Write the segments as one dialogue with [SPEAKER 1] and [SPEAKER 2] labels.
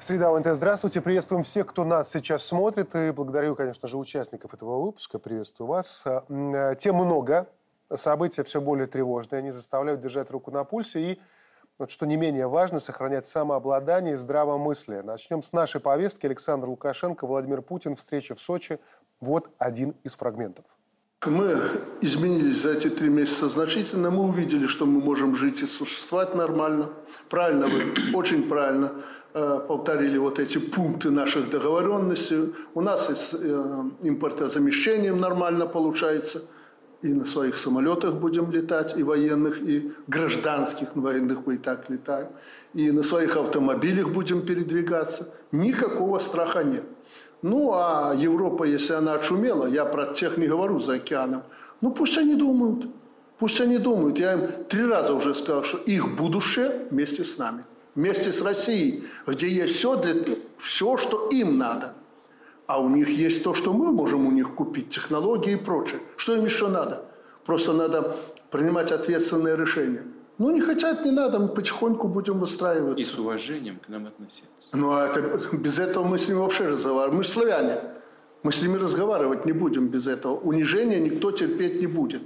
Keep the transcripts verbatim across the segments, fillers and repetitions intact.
[SPEAKER 1] Среда ОНТ, здравствуйте. Приветствуем всех, кто нас сейчас смотрит. И благодарю, конечно же, участников этого выпуска. Приветствую вас. Тем много. События все более тревожные. Они заставляют держать руку на пульсе. И, вот, что не менее важно, сохранять самообладание и здравомыслие. Начнем с нашей повестки. Александр Лукашенко, Владимир Путин. Встреча в Сочи. Вот один из фрагментов.
[SPEAKER 2] Мы изменились за эти три месяца значительно. Мы увидели, что мы можем жить и существовать нормально. Правильно вы, очень правильно э, повторили вот эти пункты наших договоренностей. У нас и с э, импортозамещением нормально получается. И на своих самолетах будем летать, и военных, и гражданских, на военных мы и так летаем. И на своих автомобилях будем передвигаться. Никакого страха нет. Ну, а Европа, если она очумела, я про тех не говорю за океаном, ну, пусть они думают. Пусть они думают. Я им три раза уже сказал, что их будущее вместе с нами. Вместе с Россией, где есть все, для, все, что им надо. А у них есть то, что мы можем у них купить, технологии и прочее. Что им еще надо? Просто надо принимать ответственные решения. Ну, не хотят, не надо, мы потихоньку будем выстраиваться.
[SPEAKER 3] И с уважением к нам относиться.
[SPEAKER 2] Ну, а это, без этого мы с ними вообще разговариваем. Мы же славяне. Мы с ними разговаривать не будем без этого. Унижения никто терпеть не будет.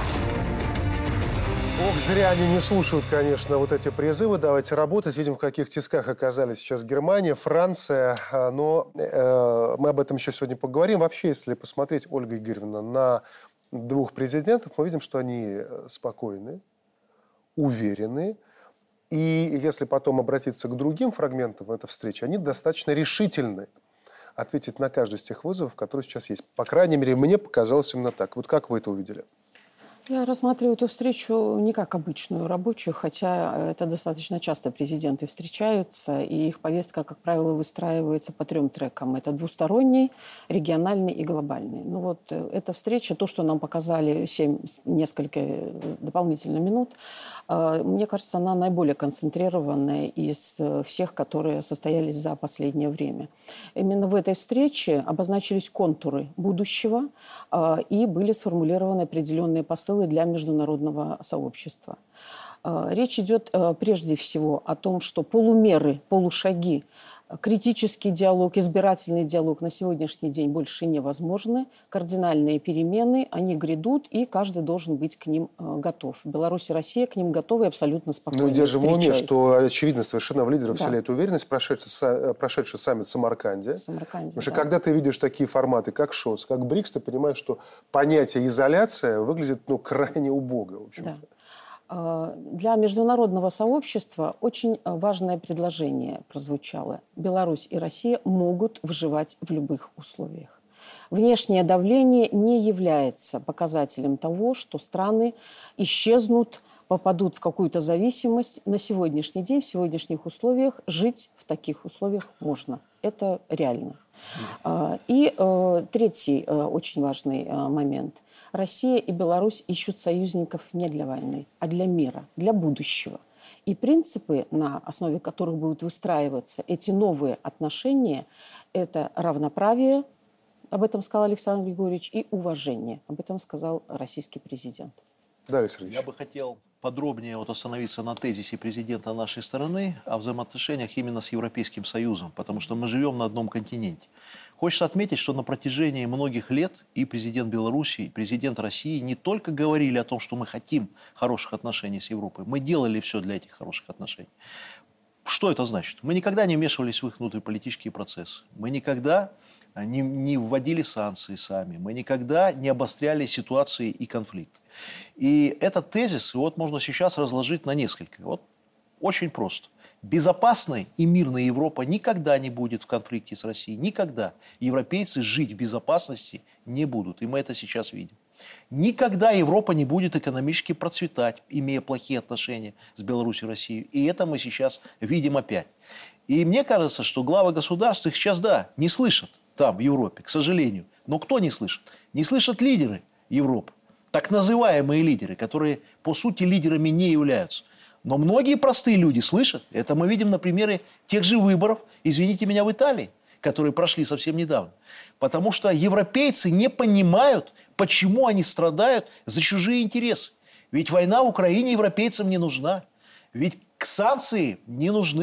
[SPEAKER 1] Ох, зря они не слушают, конечно, вот эти призывы. Давайте работать. Видим, в каких тисках оказались сейчас Германия, Франция. Но э, мы об этом еще сегодня поговорим. Вообще, если посмотреть, Ольга Игоревна, на двух президентов, мы видим, что они спокойны, уверены. И если потом обратиться к другим фрагментам этой встречи, они достаточно решительны ответить на каждый из тех вызовов, которые сейчас есть. По крайней мере, мне показалось именно так. Вот как вы это увидели?
[SPEAKER 4] Я рассматриваю эту встречу не как обычную рабочую, хотя это достаточно часто президенты встречаются, и их повестка, как правило, выстраивается по трем трекам. Это двусторонний, региональный и глобальный. Ну вот эта встреча, то, что нам показали семь, несколько дополнительных минут, мне кажется, она наиболее концентрированная из всех, которые состоялись за последнее время. Именно в этой встрече обозначились контуры будущего и были сформулированы определенные посылы для международного сообщества. Речь идет прежде всего о том, что полумеры, полушаги, критический диалог, избирательный диалог на сегодняшний день больше невозможны. Кардинальные перемены, они грядут, и каждый должен быть к ним готов. Беларусь и Россия к ним готовы и абсолютно спокойно
[SPEAKER 1] встречают. Ну, держим в уме, что очевидно совершенно в лидеров
[SPEAKER 4] да.
[SPEAKER 1] вселяет уверенность, прошедший, прошедший саммит в Самарканде.
[SPEAKER 4] Самарканде
[SPEAKER 1] Потому что
[SPEAKER 4] да.
[SPEAKER 1] когда ты видишь такие форматы, как ШОС, как БРИКС, ты понимаешь, что понятие изоляция выглядит ну, крайне убого, в общем-то.
[SPEAKER 4] Да. Для международного сообщества очень важное предложение прозвучало. Беларусь и Россия могут выживать в любых условиях. Внешнее давление не является показателем того, что страны исчезнут, попадут в какую-то зависимость. На сегодняшний день, в сегодняшних условиях жить в таких условиях можно. Это реально. И третий очень важный момент. Россия и Беларусь ищут союзников не для войны, а для мира, для будущего. И принципы, на основе которых будут выстраиваться эти новые отношения, это равноправие, об этом сказал Александр Григорьевич, и уважение, об этом сказал российский президент.
[SPEAKER 1] Да, Сергей.
[SPEAKER 5] Я бы хотел подробнее вот остановиться на тезисе президента нашей страны о взаимоотношениях именно с Европейским Союзом, потому что мы живем на одном континенте. Хочется отметить, что на протяжении многих лет и президент Беларуси, и президент России не только говорили о том, что мы хотим хороших отношений с Европой, мы делали все для этих хороших отношений. Что это значит? Мы никогда не вмешивались в их внутриполитические процессы. Мы никогда не, не вводили санкции сами. Мы никогда не обостряли ситуации и конфликты. И этот тезис вот можно сейчас разложить на несколько. Вот очень просто. Безопасной и мирной Европа никогда не будет в конфликте с Россией. Никогда. Европейцы жить в безопасности не будут. И мы это сейчас видим. Никогда Европа не будет экономически процветать, имея плохие отношения с Беларусью и Россией. И это мы сейчас видим опять. И мне кажется, что главы государств их сейчас, да, не слышат там, в Европе, к сожалению. Но кто не слышит? Не слышат лидеры Европы. Так называемые лидеры, которые по сути лидерами не являются. Но многие простые люди слышат. Это мы видим на примере тех же выборов, извините меня, в Италии, которые прошли совсем недавно. Потому что европейцы не понимают, почему они страдают за чужие интересы. Ведь война в Украине европейцам не нужна. Ведь санкции не нужны.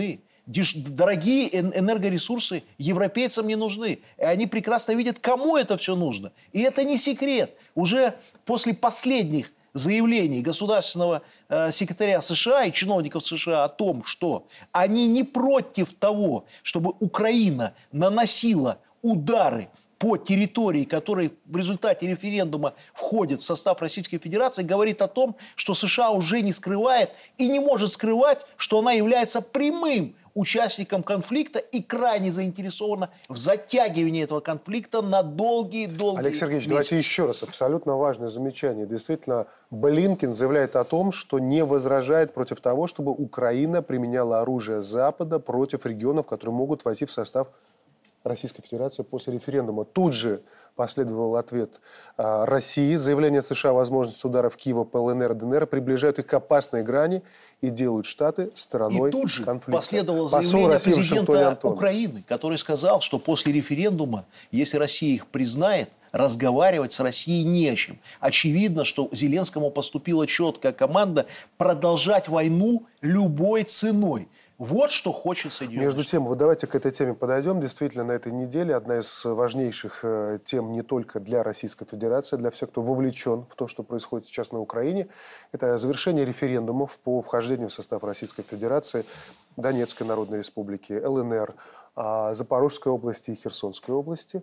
[SPEAKER 5] Деш... Дорогие энергоресурсы европейцам не нужны. И они прекрасно видят, кому это все нужно. И это не секрет. Уже после последних заявлений государственного э, секретаря США и чиновников США о том, что они не против того, чтобы Украина наносила удары по территории, которые в результате референдума входят в состав Российской Федерации, говорит о том, что США уже не скрывает и не может скрывать, что она является прямым участником конфликта и крайне заинтересована в затягивании этого конфликта на долгие-долгие
[SPEAKER 1] Олег Сергеевич,
[SPEAKER 5] месяцы.
[SPEAKER 1] давайте еще раз. Абсолютно важное замечание. Действительно, Блинкен заявляет о том, что не возражает против того, чтобы Украина применяла оружие Запада против регионов, которые могут войти в состав Российской Федерации после референдума. Тут же последовал ответ а, России. Заявление США о возможности ударов Киева по ЛНР и ДНР приближают их к опасной грани и делают Штаты стороной
[SPEAKER 5] конфликта. И тут же
[SPEAKER 1] конфликта.
[SPEAKER 5] последовало
[SPEAKER 1] Посол
[SPEAKER 5] заявление
[SPEAKER 1] России
[SPEAKER 5] президента Украины, который сказал, что после референдума, если Россия их признает, разговаривать с Россией не о чем. Очевидно, что Зеленскому поступила четкая команда продолжать войну любой ценой. Вот что хочет Соединенные
[SPEAKER 1] Между
[SPEAKER 5] Штаты.
[SPEAKER 1] тем, вот давайте к этой теме подойдем. Действительно, на этой неделе одна из важнейших э, тем не только для Российской Федерации, для всех, кто вовлечен в то, что происходит сейчас на Украине, это завершение референдумов по вхождению в состав Российской Федерации Донецкой Народной Республики, ЛНР, э, Запорожской области и Херсонской области.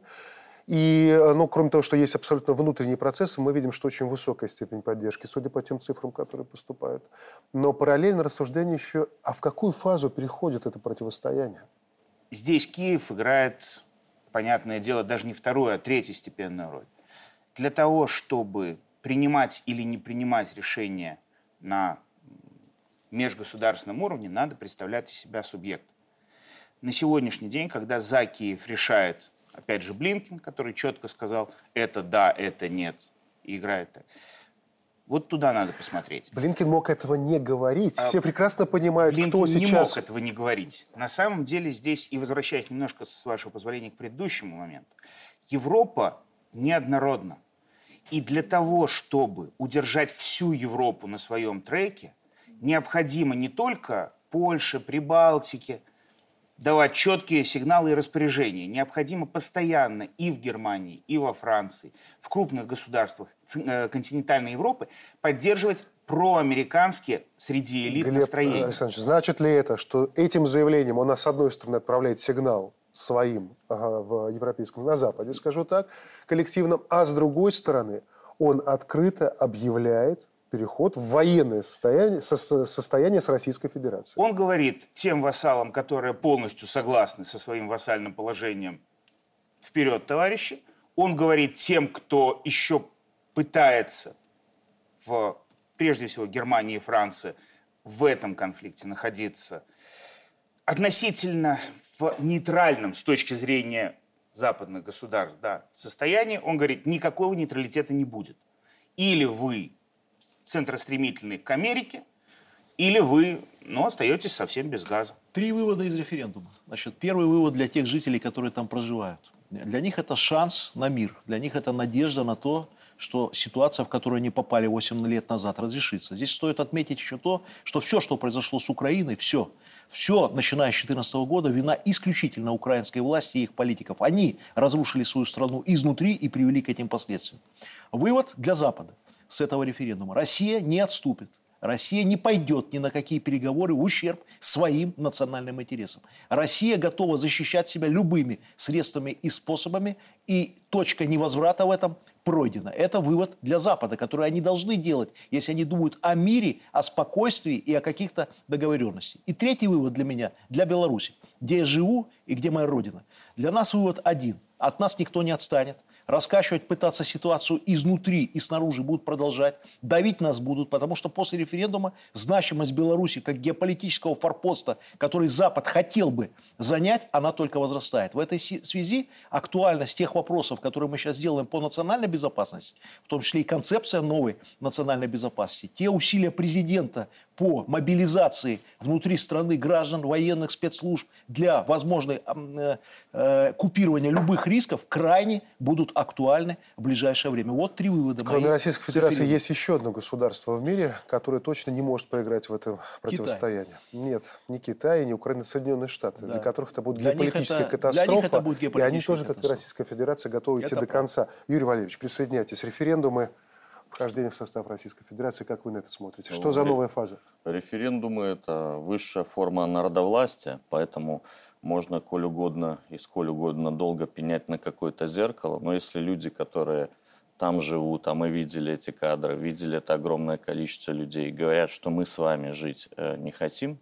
[SPEAKER 1] И, ну, кроме того, что есть абсолютно внутренние процессы, мы видим, что очень высокая степень поддержки, судя по тем цифрам, которые поступают. Но параллельно рассуждение еще, а в какую фазу переходит это противостояние?
[SPEAKER 6] Здесь Киев играет, понятное дело, даже не вторую, а третьестепенную роль. Для того, чтобы принимать или не принимать решения на межгосударственном уровне, надо представлять из себя субъект. На сегодняшний день, когда за Киев решает, опять же, Блинкен, который четко сказал, это да, это нет, и играет так. Вот туда надо посмотреть.
[SPEAKER 1] Блинкен мог этого не говорить. Все прекрасно понимают,
[SPEAKER 6] Блинкен
[SPEAKER 1] кто
[SPEAKER 6] не
[SPEAKER 1] сейчас...
[SPEAKER 6] мог этого не говорить. На самом деле здесь, и возвращаясь немножко, с вашего позволения, к предыдущему моменту, Европа неоднородна. И для того, чтобы удержать всю Европу на своем треке, необходимо не только Польше, Прибалтике давать четкие сигналы и распоряжения. Необходимо постоянно и в Германии, и во Франции, в крупных государствах континентальной Европы поддерживать проамериканские среди элит
[SPEAKER 1] Глеб
[SPEAKER 6] настроения.
[SPEAKER 1] Александрович, значит ли это, что этим заявлением он, с одной стороны, отправляет сигнал своим ага, в европейском, на Западе, скажу так, коллективном, а с другой стороны, он открыто объявляет переход в военное состояние, со, состояние с Российской Федерацией?
[SPEAKER 6] Он говорит тем вассалам, которые полностью согласны со своим вассальным положением, вперед, товарищи. Он говорит тем, кто еще пытается, в, прежде всего, Германии и Франции, в этом конфликте находиться относительно в нейтральном с точки зрения западных государств да, состоянии. Он говорит, никакого нейтралитета не будет. Или вы центростремительный к Америке, или вы, ну, остаетесь совсем без газа.
[SPEAKER 5] Три вывода из референдума. Значит, первый вывод для тех жителей, которые там проживают. Для них это шанс на мир. Для них это надежда на то, что ситуация, в которую они попали восемь лет назад, разрешится. Здесь стоит отметить еще то, что все, что произошло с Украиной, все, все, начиная с две тысячи четырнадцатого года, вина исключительно украинской власти и их политиков. Они разрушили свою страну изнутри и привели к этим последствиям. Вывод для Запада с этого референдума. Россия не отступит. Россия не пойдет ни на какие переговоры в ущерб своим национальным интересам. Россия готова защищать себя любыми средствами и способами, и точка невозврата в этом пройдена. Это вывод для Запада, который они должны делать, если они думают о мире, о спокойствии и о каких-то договоренностях. И третий вывод для меня, для Беларуси, где я живу и где моя родина. Для нас вывод один. От нас никто не отстанет. Раскачивать, пытаться ситуацию изнутри и снаружи будут продолжать. Давить нас будут, потому что после референдума значимость Беларуси как геополитического форпоста, который Запад хотел бы занять, она только возрастает. В этой связи актуальность тех вопросов, которые мы сейчас делаем по национальной безопасности, в том числе и концепция новой национальной безопасности, те усилия президента по мобилизации внутри страны граждан, военных спецслужб для возможной э, э, купирования любых рисков крайне будут актуальны в ближайшее время. Вот три вывода.
[SPEAKER 1] Кроме Российской Федерации есть еще одно государство в мире, которое точно не может проиграть в этом противостоянии. Китай. Нет, не Китай, не Украина, Соединенные Штаты, да. Для которых это будет для геополитическая это, катастрофа. Это будет геополитическая и они тоже, катастрофа. Как и Российская Федерация, готовы идти это до правда. конца. Юрий Валерьевич, присоединяйтесь. Референдумы, вхождение в состав Российской Федерации, как вы на это смотрите? Что за новая фаза?
[SPEAKER 7] Референдумы – это высшая форма народовластия, поэтому можно коль угодно и сколь угодно долго пенять на какое-то зеркало, но если люди, которые там живут, а мы видели эти кадры, видели это огромное количество людей, говорят, что мы с вами жить не хотим,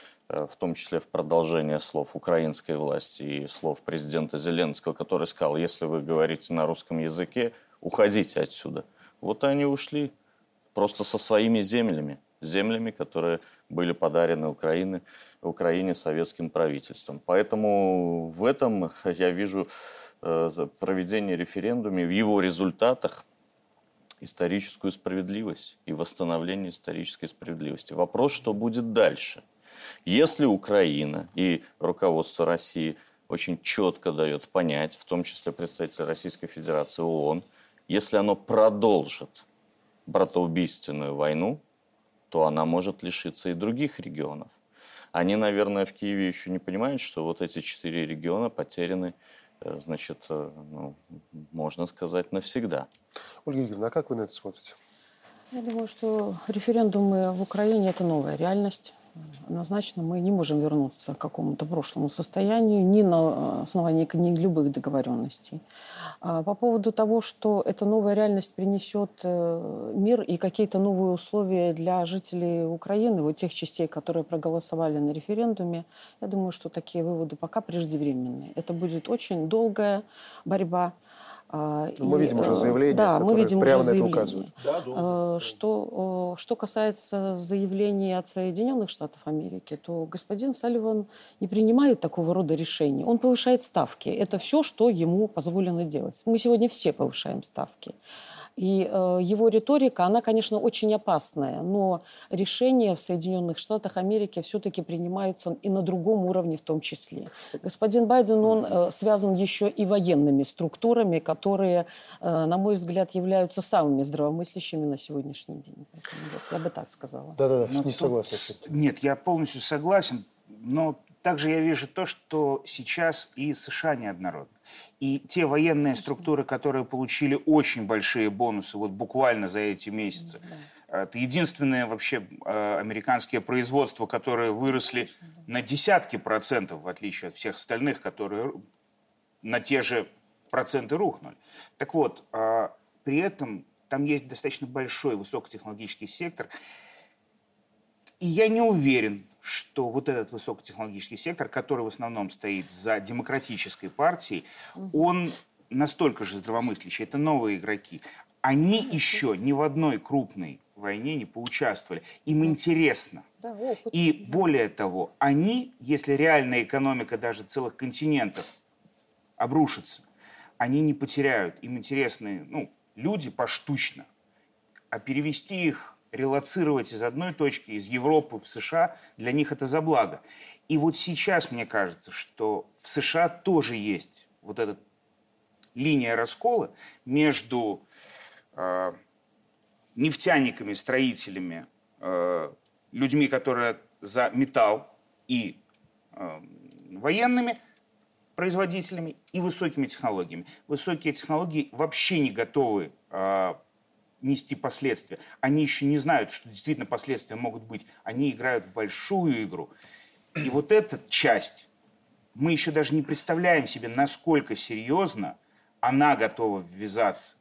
[SPEAKER 7] в том числе в продолжение слов украинской власти и слов президента Зеленского, который сказал, если вы говорите на русском языке, уходите отсюда. Вот они ушли просто со своими землями, землями, которые были подарены Украине, Украине советским правительством. Поэтому в этом я вижу э, проведение референдума, в его результатах историческую справедливость и восстановление исторической справедливости. Вопрос, что будет дальше. Если Украина и руководство России очень четко дает понять, в том числе представители Российской Федерации, ООН, если оно продолжит братоубийственную войну, то она может лишиться и других регионов. Они, наверное, в Киеве еще не понимают, что вот эти четыре региона потеряны, значит, ну, можно сказать, навсегда.
[SPEAKER 1] Ольга Игоревна, а как вы на это смотрите?
[SPEAKER 4] Я думаю, что референдумы в Украине – это новая реальность. Однозначно мы не можем вернуться к какому-то прошлому состоянию ни на основании ни любых договоренностей. По поводу того, что эта новая реальность принесет мир и какие-то новые условия для жителей Украины, вот тех частей, которые проголосовали на референдуме, я думаю, что такие выводы пока преждевременные. Это будет очень долгая борьба.
[SPEAKER 1] Мы и, видим уже заявление,
[SPEAKER 4] да, мы видим
[SPEAKER 1] прямо
[SPEAKER 4] уже
[SPEAKER 1] на это
[SPEAKER 4] заявление.
[SPEAKER 1] указывают.
[SPEAKER 5] Да, да, да.
[SPEAKER 4] Что, что касается заявлений от Соединенных Штатов Америки, то господин Салливан не принимает такого рода решений. Он повышает ставки. Это все, что ему позволено делать. Мы сегодня все повышаем ставки. И э, его риторика, она, конечно, очень опасная, но решения в Соединенных Штатах Америки все-таки принимаются и на другом уровне в том числе. Господин Байден, он э, связан еще и военными структурами, которые, э, на мой взгляд, являются самыми здравомыслящими на сегодняшний день. Поэтому, вот, я бы так сказала.
[SPEAKER 1] Да-да-да,
[SPEAKER 6] Но
[SPEAKER 1] не
[SPEAKER 6] тут...
[SPEAKER 1] согласен.
[SPEAKER 6] Нет, я полностью согласен, но также я вижу то, что сейчас и США неоднородны. И те военные структуры, которые получили очень большие бонусы вот буквально за эти месяцы, это единственное вообще американские производства, которые выросли на десятки процентов, в отличие от всех остальных, которые на те же проценты рухнули. Так вот, при этом там есть достаточно большой высокотехнологический сектор, и я не уверен, что вот этот высокотехнологический сектор, который в основном стоит за демократической партией, он настолько же здравомыслящий. Это новые игроки. Они еще ни в одной крупной войне не поучаствовали. Им интересно. И более того, они, если реальная экономика даже целых континентов обрушится, они не потеряют. Им интересны, ну, люди поштучно. А перевести их, релоцировать из одной точки, из Европы в США, для них это за благо. И вот сейчас мне кажется, что в США тоже есть вот эта линия раскола между э, нефтяниками, строителями, э, людьми, которые за металл, и э, военными производителями, и высокими технологиями. Высокие технологии вообще не готовы э, нести последствия. Они еще не знают, что действительно последствия могут быть. Они играют в большую игру. И вот эта часть, мы еще даже не представляем себе, насколько серьезно она готова ввязаться.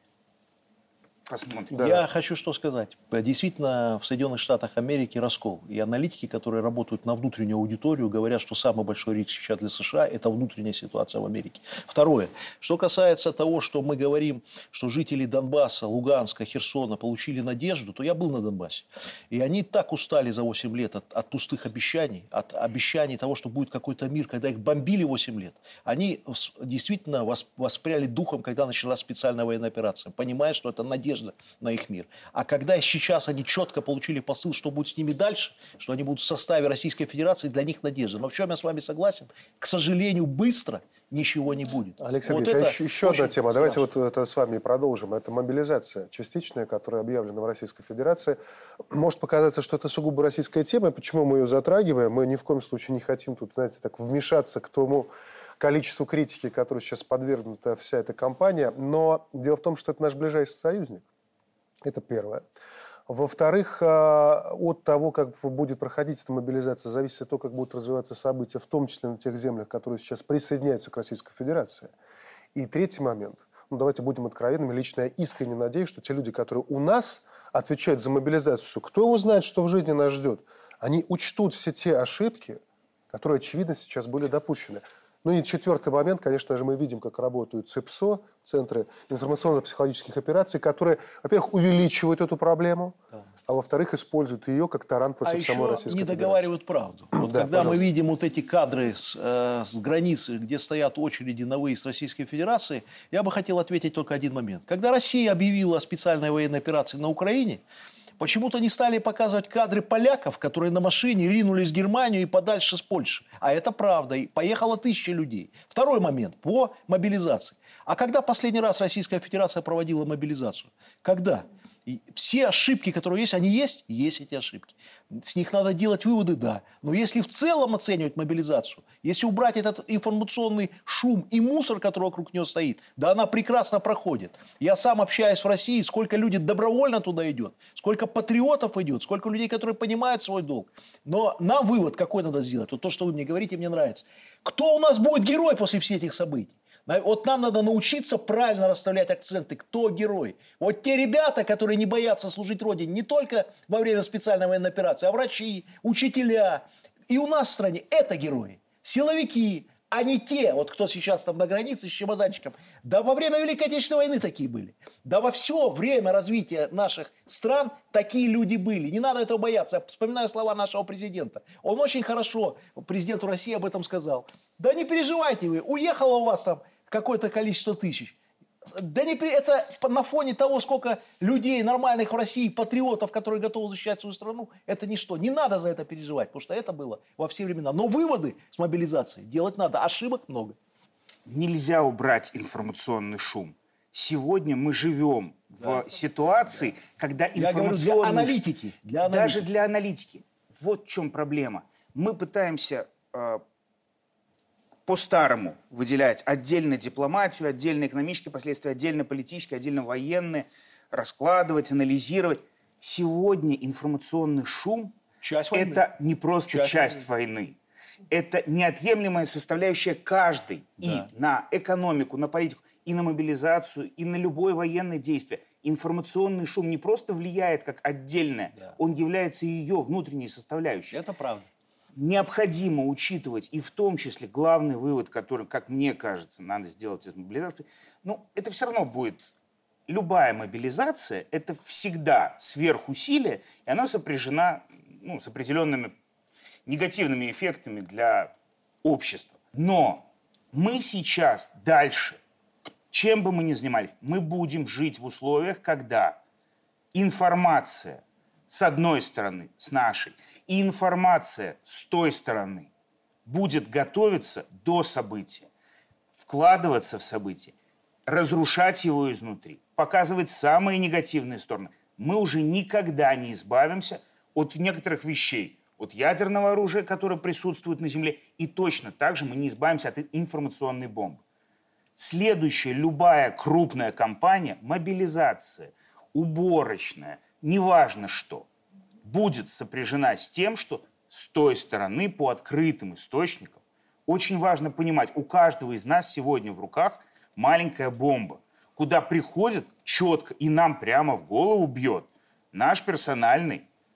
[SPEAKER 6] Посмотрим.
[SPEAKER 5] Я да. хочу что сказать. Действительно, в Соединенных Штатах Америки раскол. И аналитики, которые работают на внутреннюю аудиторию, говорят, что самый большой риск сейчас для США – это внутренняя ситуация в Америке. Второе. Что касается того, что мы говорим, что жители Донбасса, Луганска, Херсона получили надежду, то я был на Донбассе. И они так устали за восемь лет от, от пустых обещаний, от обещаний того, что будет какой-то мир, когда их бомбили восемь лет. Они действительно воспряли духом, когда началась специальная военная операция, понимая, что это надежда надежда на их мир. А когда сейчас они четко получили посыл, что будет с ними дальше, что они будут в составе Российской Федерации, для них надежда. Но в чем я с вами согласен, к сожалению, быстро ничего не будет.
[SPEAKER 1] Алексей
[SPEAKER 5] вот
[SPEAKER 1] Сергеевич, а еще, еще одна тема.
[SPEAKER 5] страшно.
[SPEAKER 1] Давайте вот это с вами продолжим. Это мобилизация частичная, которая объявлена в Российской Федерации. Может показаться, что это сугубо российская тема. Почему мы ее затрагиваем? Мы ни в коем случае не хотим тут, знаете, так вмешаться к тому количеству критики, которой сейчас подвергнута вся эта кампания. Но дело в том, что это наш ближайший союзник. Это первое. Во-вторых, от того, как будет проходить эта мобилизация, зависит от того, как будут развиваться события, в том числе на тех землях, которые сейчас присоединяются к Российской Федерации. И третий момент. Ну, давайте будем откровенными. Лично я искренне надеюсь, что те люди, которые у нас отвечают за мобилизацию, кто его знает, что в жизни нас ждет, они учтут все те ошибки, которые, очевидно, сейчас были допущены. Ну и четвертый момент, конечно же, мы видим, как работают ЦИПСО, Центры информационно-психологических операций, которые, во-первых, увеличивают эту проблему, да. а во-вторых, используют ее как таран против
[SPEAKER 5] а
[SPEAKER 1] самой Российской
[SPEAKER 5] не
[SPEAKER 1] Федерации.
[SPEAKER 5] договаривают правду. Вот
[SPEAKER 1] да,
[SPEAKER 5] когда
[SPEAKER 1] пожалуйста.
[SPEAKER 5] мы видим вот эти кадры с, э, с границы, где стоят очереди на выезд Российской Федерации, я бы хотел ответить только один момент. Когда Россия объявила о специальной военной операции на Украине, почему-то не стали показывать кадры поляков, которые на машине ринулись в Германию и подальше с Польши. А это правда. И поехало тысячи людей. Второй момент по мобилизации. А когда последний раз Российская Федерация проводила мобилизацию? Когда? И все ошибки, которые есть, они есть? Есть эти ошибки. С них надо делать выводы, да. Но если в целом оценивать мобилизацию, если убрать этот информационный шум и мусор, который вокруг нее стоит, да она прекрасно проходит. Я сам общаюсь в России, сколько людей добровольно туда идет, сколько патриотов идет, сколько людей, которые понимают свой долг. Но нам вывод какой надо сделать? Вот то, что вы мне говорите, мне нравится. Кто у нас будет герой после всех этих событий? Вот нам надо научиться правильно расставлять акценты, кто герой. Вот те ребята, которые не боятся служить Родине не только во время специальной военной операции, а врачи, учителя. И у нас в стране это герои. Силовики, а не те, вот кто сейчас там на границе с чемоданчиком. Да во время Великой Отечественной войны такие были. Да во все время развития наших стран такие люди были. Не надо этого бояться. Я вспоминаю слова нашего президента. Он очень хорошо президенту России об этом сказал. Да не переживайте вы, уехало у вас там какое-то количество тысяч. Да не, это на фоне того, сколько людей нормальных в России, патриотов, которые готовы защищать свою страну, это ничто. Не надо за это переживать, потому что это было во все времена. Но выводы с мобилизацией делать надо. Ошибок много.
[SPEAKER 6] Нельзя убрать информационный шум. Сегодня мы живем да. в ситуации, да. когда информационный...
[SPEAKER 5] Я говорю, для аналитики, для аналитики.
[SPEAKER 6] Даже для аналитики. Вот в чем проблема. Мы пытаемся... Э, по-старому выделять отдельно дипломатию, отдельно экономические последствия, отдельно политические, отдельно военные, раскладывать, анализировать. Сегодня информационный шум – это не просто часть, часть войны. войны. Это неотъемлемая составляющая каждой да. и на экономику, на политику, и на мобилизацию, и на любое военное действие. Информационный шум не просто влияет как отдельное, да. он является ее внутренней составляющей.
[SPEAKER 5] Это правда.
[SPEAKER 6] Необходимо учитывать, и в том числе главный вывод, который, как мне кажется, надо сделать из мобилизации, ну, это все равно будет, любая мобилизация, это всегда сверхусилие, и она сопряжена ну, с определенными негативными эффектами для общества. Но мы сейчас дальше, чем бы мы ни занимались, мы будем жить в условиях, когда информация с одной стороны, с нашей, и информация с той стороны будет готовиться до события, вкладываться в событие, разрушать его изнутри, показывать самые негативные стороны. Мы уже никогда не избавимся от некоторых вещей, от ядерного оружия, которое присутствует на Земле, и точно так же мы не избавимся от информационной бомбы. Следующая любая крупная кампания, мобилизация, уборочная, неважно что, будет сопряжена с тем, что с той стороны по открытым источникам очень важно понимать, у каждого из нас сегодня в руках маленькая бомба, куда приходит четко и нам прямо в голову бьет наш персональный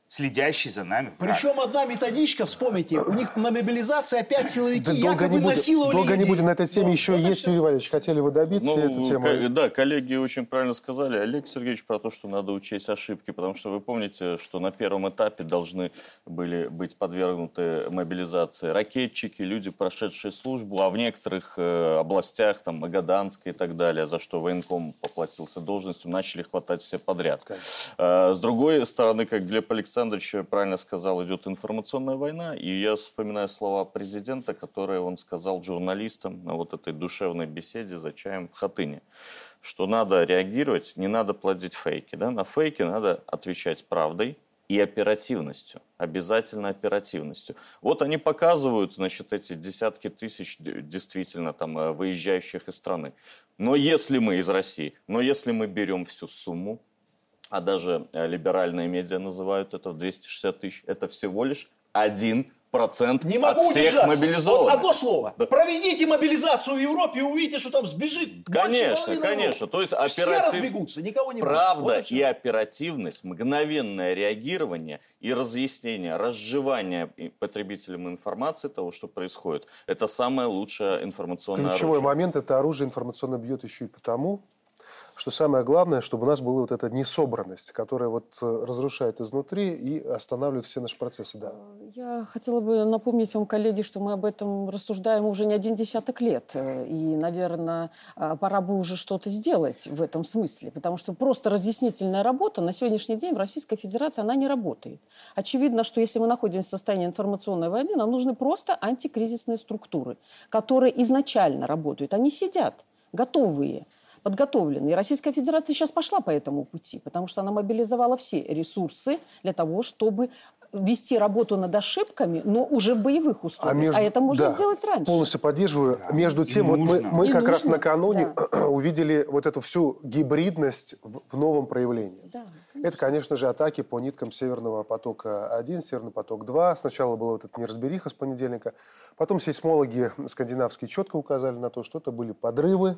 [SPEAKER 6] следящий за нами враг.
[SPEAKER 5] Причем одна методичка, вспомните, у них на мобилизации опять силовики
[SPEAKER 1] Да долго
[SPEAKER 5] якобы
[SPEAKER 1] не будем,
[SPEAKER 5] насиловали
[SPEAKER 1] долго не
[SPEAKER 5] людей.
[SPEAKER 1] будем на этой теме.
[SPEAKER 5] Ну,
[SPEAKER 1] Еще
[SPEAKER 5] вот и
[SPEAKER 1] есть,
[SPEAKER 5] всё.
[SPEAKER 1] Юрий Валерьевич, хотели вы добиться
[SPEAKER 7] Ну,
[SPEAKER 1] эту тему?
[SPEAKER 7] ко- да, коллеги очень правильно сказали, Олег Сергеевич, про то, что надо учесть ошибки, потому что вы помните, что на первом этапе должны были быть подвергнуты мобилизации ракетчики, люди, прошедшие службу, а в некоторых э, областях, там, Магаданской и так далее, за что военком поплатился должностью, начали хватать все подряд. Э, с другой стороны, как Глеб Александрович правильно сказал, идет информационная война, и я вспоминаю слова президента, которые он сказал журналистам на вот этой душевной беседе за чаем в Хатыне, что надо реагировать, не надо плодить фейки. Да? На фейки надо отвечать правдой и оперативностью, обязательно оперативностью. Вот они показывают, значит, эти десятки тысяч действительно там выезжающих из страны. Но если мы из России, но если мы берем всю сумму, а даже либеральные медиа называют это в двести шестьдесят тысяч, это всего лишь один процент
[SPEAKER 5] Не могу
[SPEAKER 7] от всех
[SPEAKER 5] удержаться.
[SPEAKER 7] мобилизованных.
[SPEAKER 5] Вот одно слово.
[SPEAKER 7] Да.
[SPEAKER 5] Проведите мобилизацию в Европе и увидите, что там сбежит больше
[SPEAKER 7] Конечно,
[SPEAKER 5] половины
[SPEAKER 7] конечно.
[SPEAKER 5] Европы.
[SPEAKER 7] То есть
[SPEAKER 5] Все
[SPEAKER 7] оператив-
[SPEAKER 5] разбегутся, никого не будет.
[SPEAKER 7] Правда
[SPEAKER 5] Вот и
[SPEAKER 7] и
[SPEAKER 5] всё.
[SPEAKER 7] оперативность, мгновенное реагирование и разъяснение, разжевание и потребителям информации того, что происходит, это самое лучшее информационное
[SPEAKER 1] Ключевой
[SPEAKER 7] оружие.
[SPEAKER 1] момент – это оружие информационно бьет еще и потому, что самое главное, чтобы у нас была вот эта несобранность, которая вот э, разрушает изнутри и останавливает все наши процессы. Да.
[SPEAKER 4] Я хотела бы напомнить вам, коллеги, что мы об этом рассуждаем уже не один десяток лет. И, наверное, пора бы уже что-то сделать в этом смысле. Потому что просто разъяснительная работа на сегодняшний день в Российской Федерации, она не работает. Очевидно, что если мы находимся в состоянии информационной войны, нам нужны просто антикризисные структуры, которые изначально работают. Они сидят, готовые, подготовленные. И Российская Федерация сейчас пошла по этому пути, потому что она мобилизовала все ресурсы для того, чтобы вести работу над ошибками, но уже в боевых условиях. А,
[SPEAKER 1] между-
[SPEAKER 4] это можно
[SPEAKER 1] да,
[SPEAKER 4] сделать раньше.
[SPEAKER 1] Полностью поддерживаю.
[SPEAKER 6] Да,
[SPEAKER 1] Между
[SPEAKER 6] и
[SPEAKER 1] тем, вот мы,
[SPEAKER 6] нужно.
[SPEAKER 1] мы
[SPEAKER 4] И
[SPEAKER 1] как раз
[SPEAKER 4] нужно,
[SPEAKER 1] накануне
[SPEAKER 4] да.
[SPEAKER 1] увидели вот эту всю гибридность в, в новом проявлении.
[SPEAKER 4] Да,
[SPEAKER 1] Это, конечно же, атаки по ниткам Северного потока-один, Северный поток-два. Сначала была вот эта неразбериха с понедельника. Потом сейсмологи скандинавские четко указали на то, что это были подрывы.